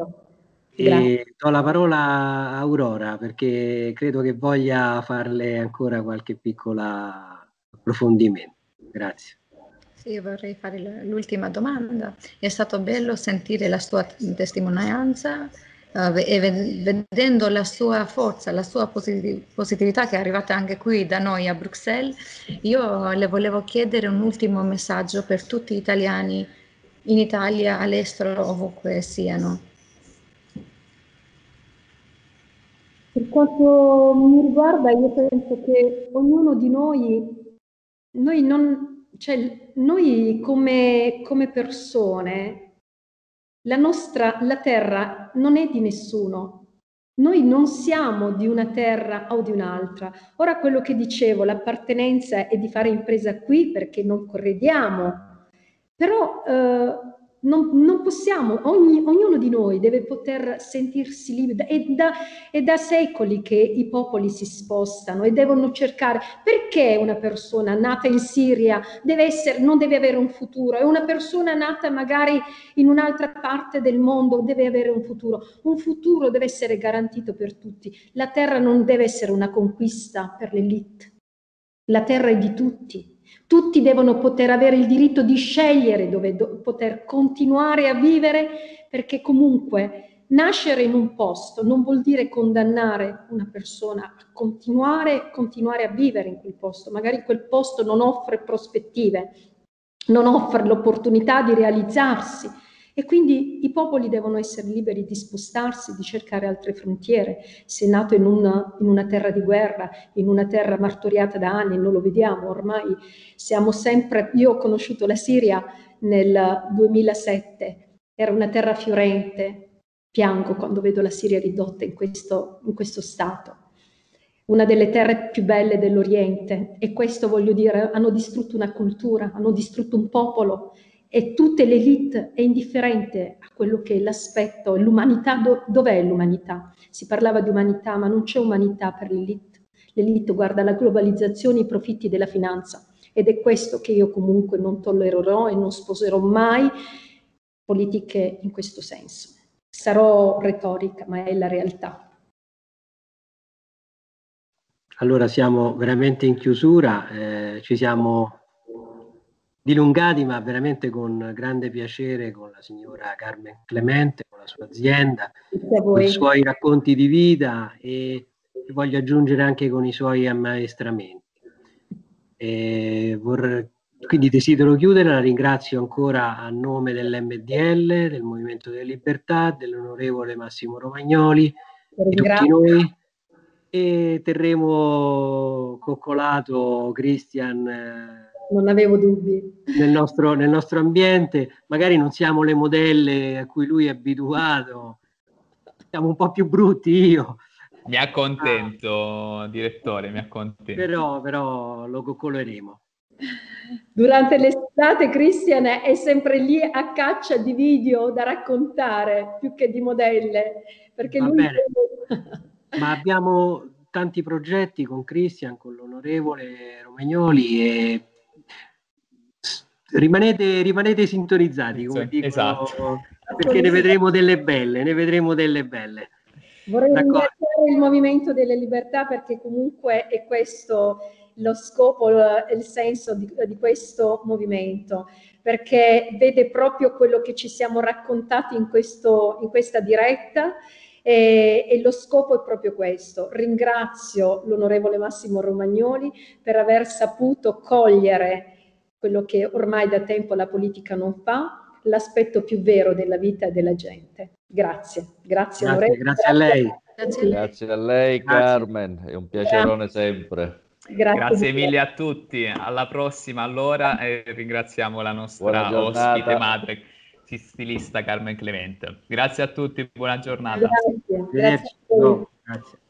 S3: E do la parola a Aurora perché credo che voglia farle ancora qualche piccola approfondimento. Grazie.
S5: Sì, vorrei fare l'ultima domanda. È stato bello sentire la sua testimonianza vedendo la sua forza, la sua positività che è arrivata anche qui da noi a Bruxelles, io le volevo chiedere un ultimo messaggio per tutti gli italiani in Italia, all'estero, ovunque siano.
S4: Per quanto mi riguarda, io penso che ognuno di noi come persone, la terra non è di nessuno. Noi non siamo di una terra o di un'altra. Ora, quello che dicevo, l'appartenenza è di fare impresa qui perché non corrediamo, però non possiamo, ognuno di noi deve poter sentirsi libero. È da secoli che i popoli si spostano e devono cercare. Perché una persona nata in Siria non deve avere un futuro, e una persona nata magari in un'altra parte del mondo deve avere un futuro? Un futuro deve essere garantito per tutti. La terra non deve essere una conquista per l'elite. La terra è di tutti. Tutti devono poter avere il diritto di scegliere dove poter continuare a vivere, perché comunque nascere in un posto non vuol dire condannare una persona a continuare a vivere in quel posto. Magari quel posto non offre prospettive, non offre l'opportunità di realizzarsi, e quindi i popoli devono essere liberi di spostarsi, di cercare altre frontiere. Se è nato in una terra di guerra, in una terra martoriata da anni, non lo vediamo ormai. Siamo sempre. Io ho conosciuto la Siria nel 2007, era una terra fiorente. Piango quando vedo la Siria ridotta in questo stato. Una delle terre più belle dell'Oriente, e questo voglio dire, hanno distrutto una cultura, hanno distrutto un popolo, e tutte l'elite è indifferente a quello che è l'aspetto, l'umanità. Dov'è l'umanità? Si parlava di umanità, ma non c'è umanità per l'elite. L'elite guarda la globalizzazione, i profitti della finanza, ed è questo che io comunque non tollererò e non sposerò mai politiche in questo senso. Sarò retorica, ma è la realtà.
S3: Allora siamo veramente in chiusura, ci siamo dilungati, ma veramente con grande piacere, con la signora Carmen Clemente, con la sua azienda, con i suoi racconti di vita, e voglio aggiungere anche con i suoi ammaestramenti. Quindi desidero chiudere, la ringrazio ancora a nome dell'MDL, del Movimento delle Libertà, dell'onorevole Massimo Romagnoli, di tutti noi, e terremo coccolato Christian,
S4: non avevo dubbi,
S3: nel nostro ambiente. Magari non siamo le modelle a cui lui è abituato, siamo un po' più brutti, io.
S2: Mi accontento, direttore, mi accontento.
S3: Però lo coccoleremo.
S4: Durante l'estate Christian è sempre lì a caccia di video da raccontare più che di modelle, perché
S3: Va
S4: lui
S3: bene. Ma abbiamo tanti progetti con Christian, con l'onorevole Romagnoli, e rimanete sintonizzati, come dicono,
S2: esatto,
S3: perché ne vedremo delle belle.
S4: Vorrei ringraziare il Movimento delle Libertà, perché comunque è questo lo scopo e il senso di questo movimento, perché vede proprio quello che ci siamo raccontati in questa diretta, e lo scopo è proprio questo. Ringrazio l'onorevole Massimo Romagnoli per aver saputo cogliere quello che ormai da tempo la politica non fa, l'aspetto più vero della vita della gente. Grazie onorevole.
S3: Grazie a lei.
S6: Grazie a lei, Carmen, è un piacerone sempre.
S2: Grazie mille a tutti, alla prossima allora, e ringraziamo la nostra ospite madre, stilista Carmen Clemente. Grazie a tutti, buona giornata.
S4: Grazie.
S3: Grazie.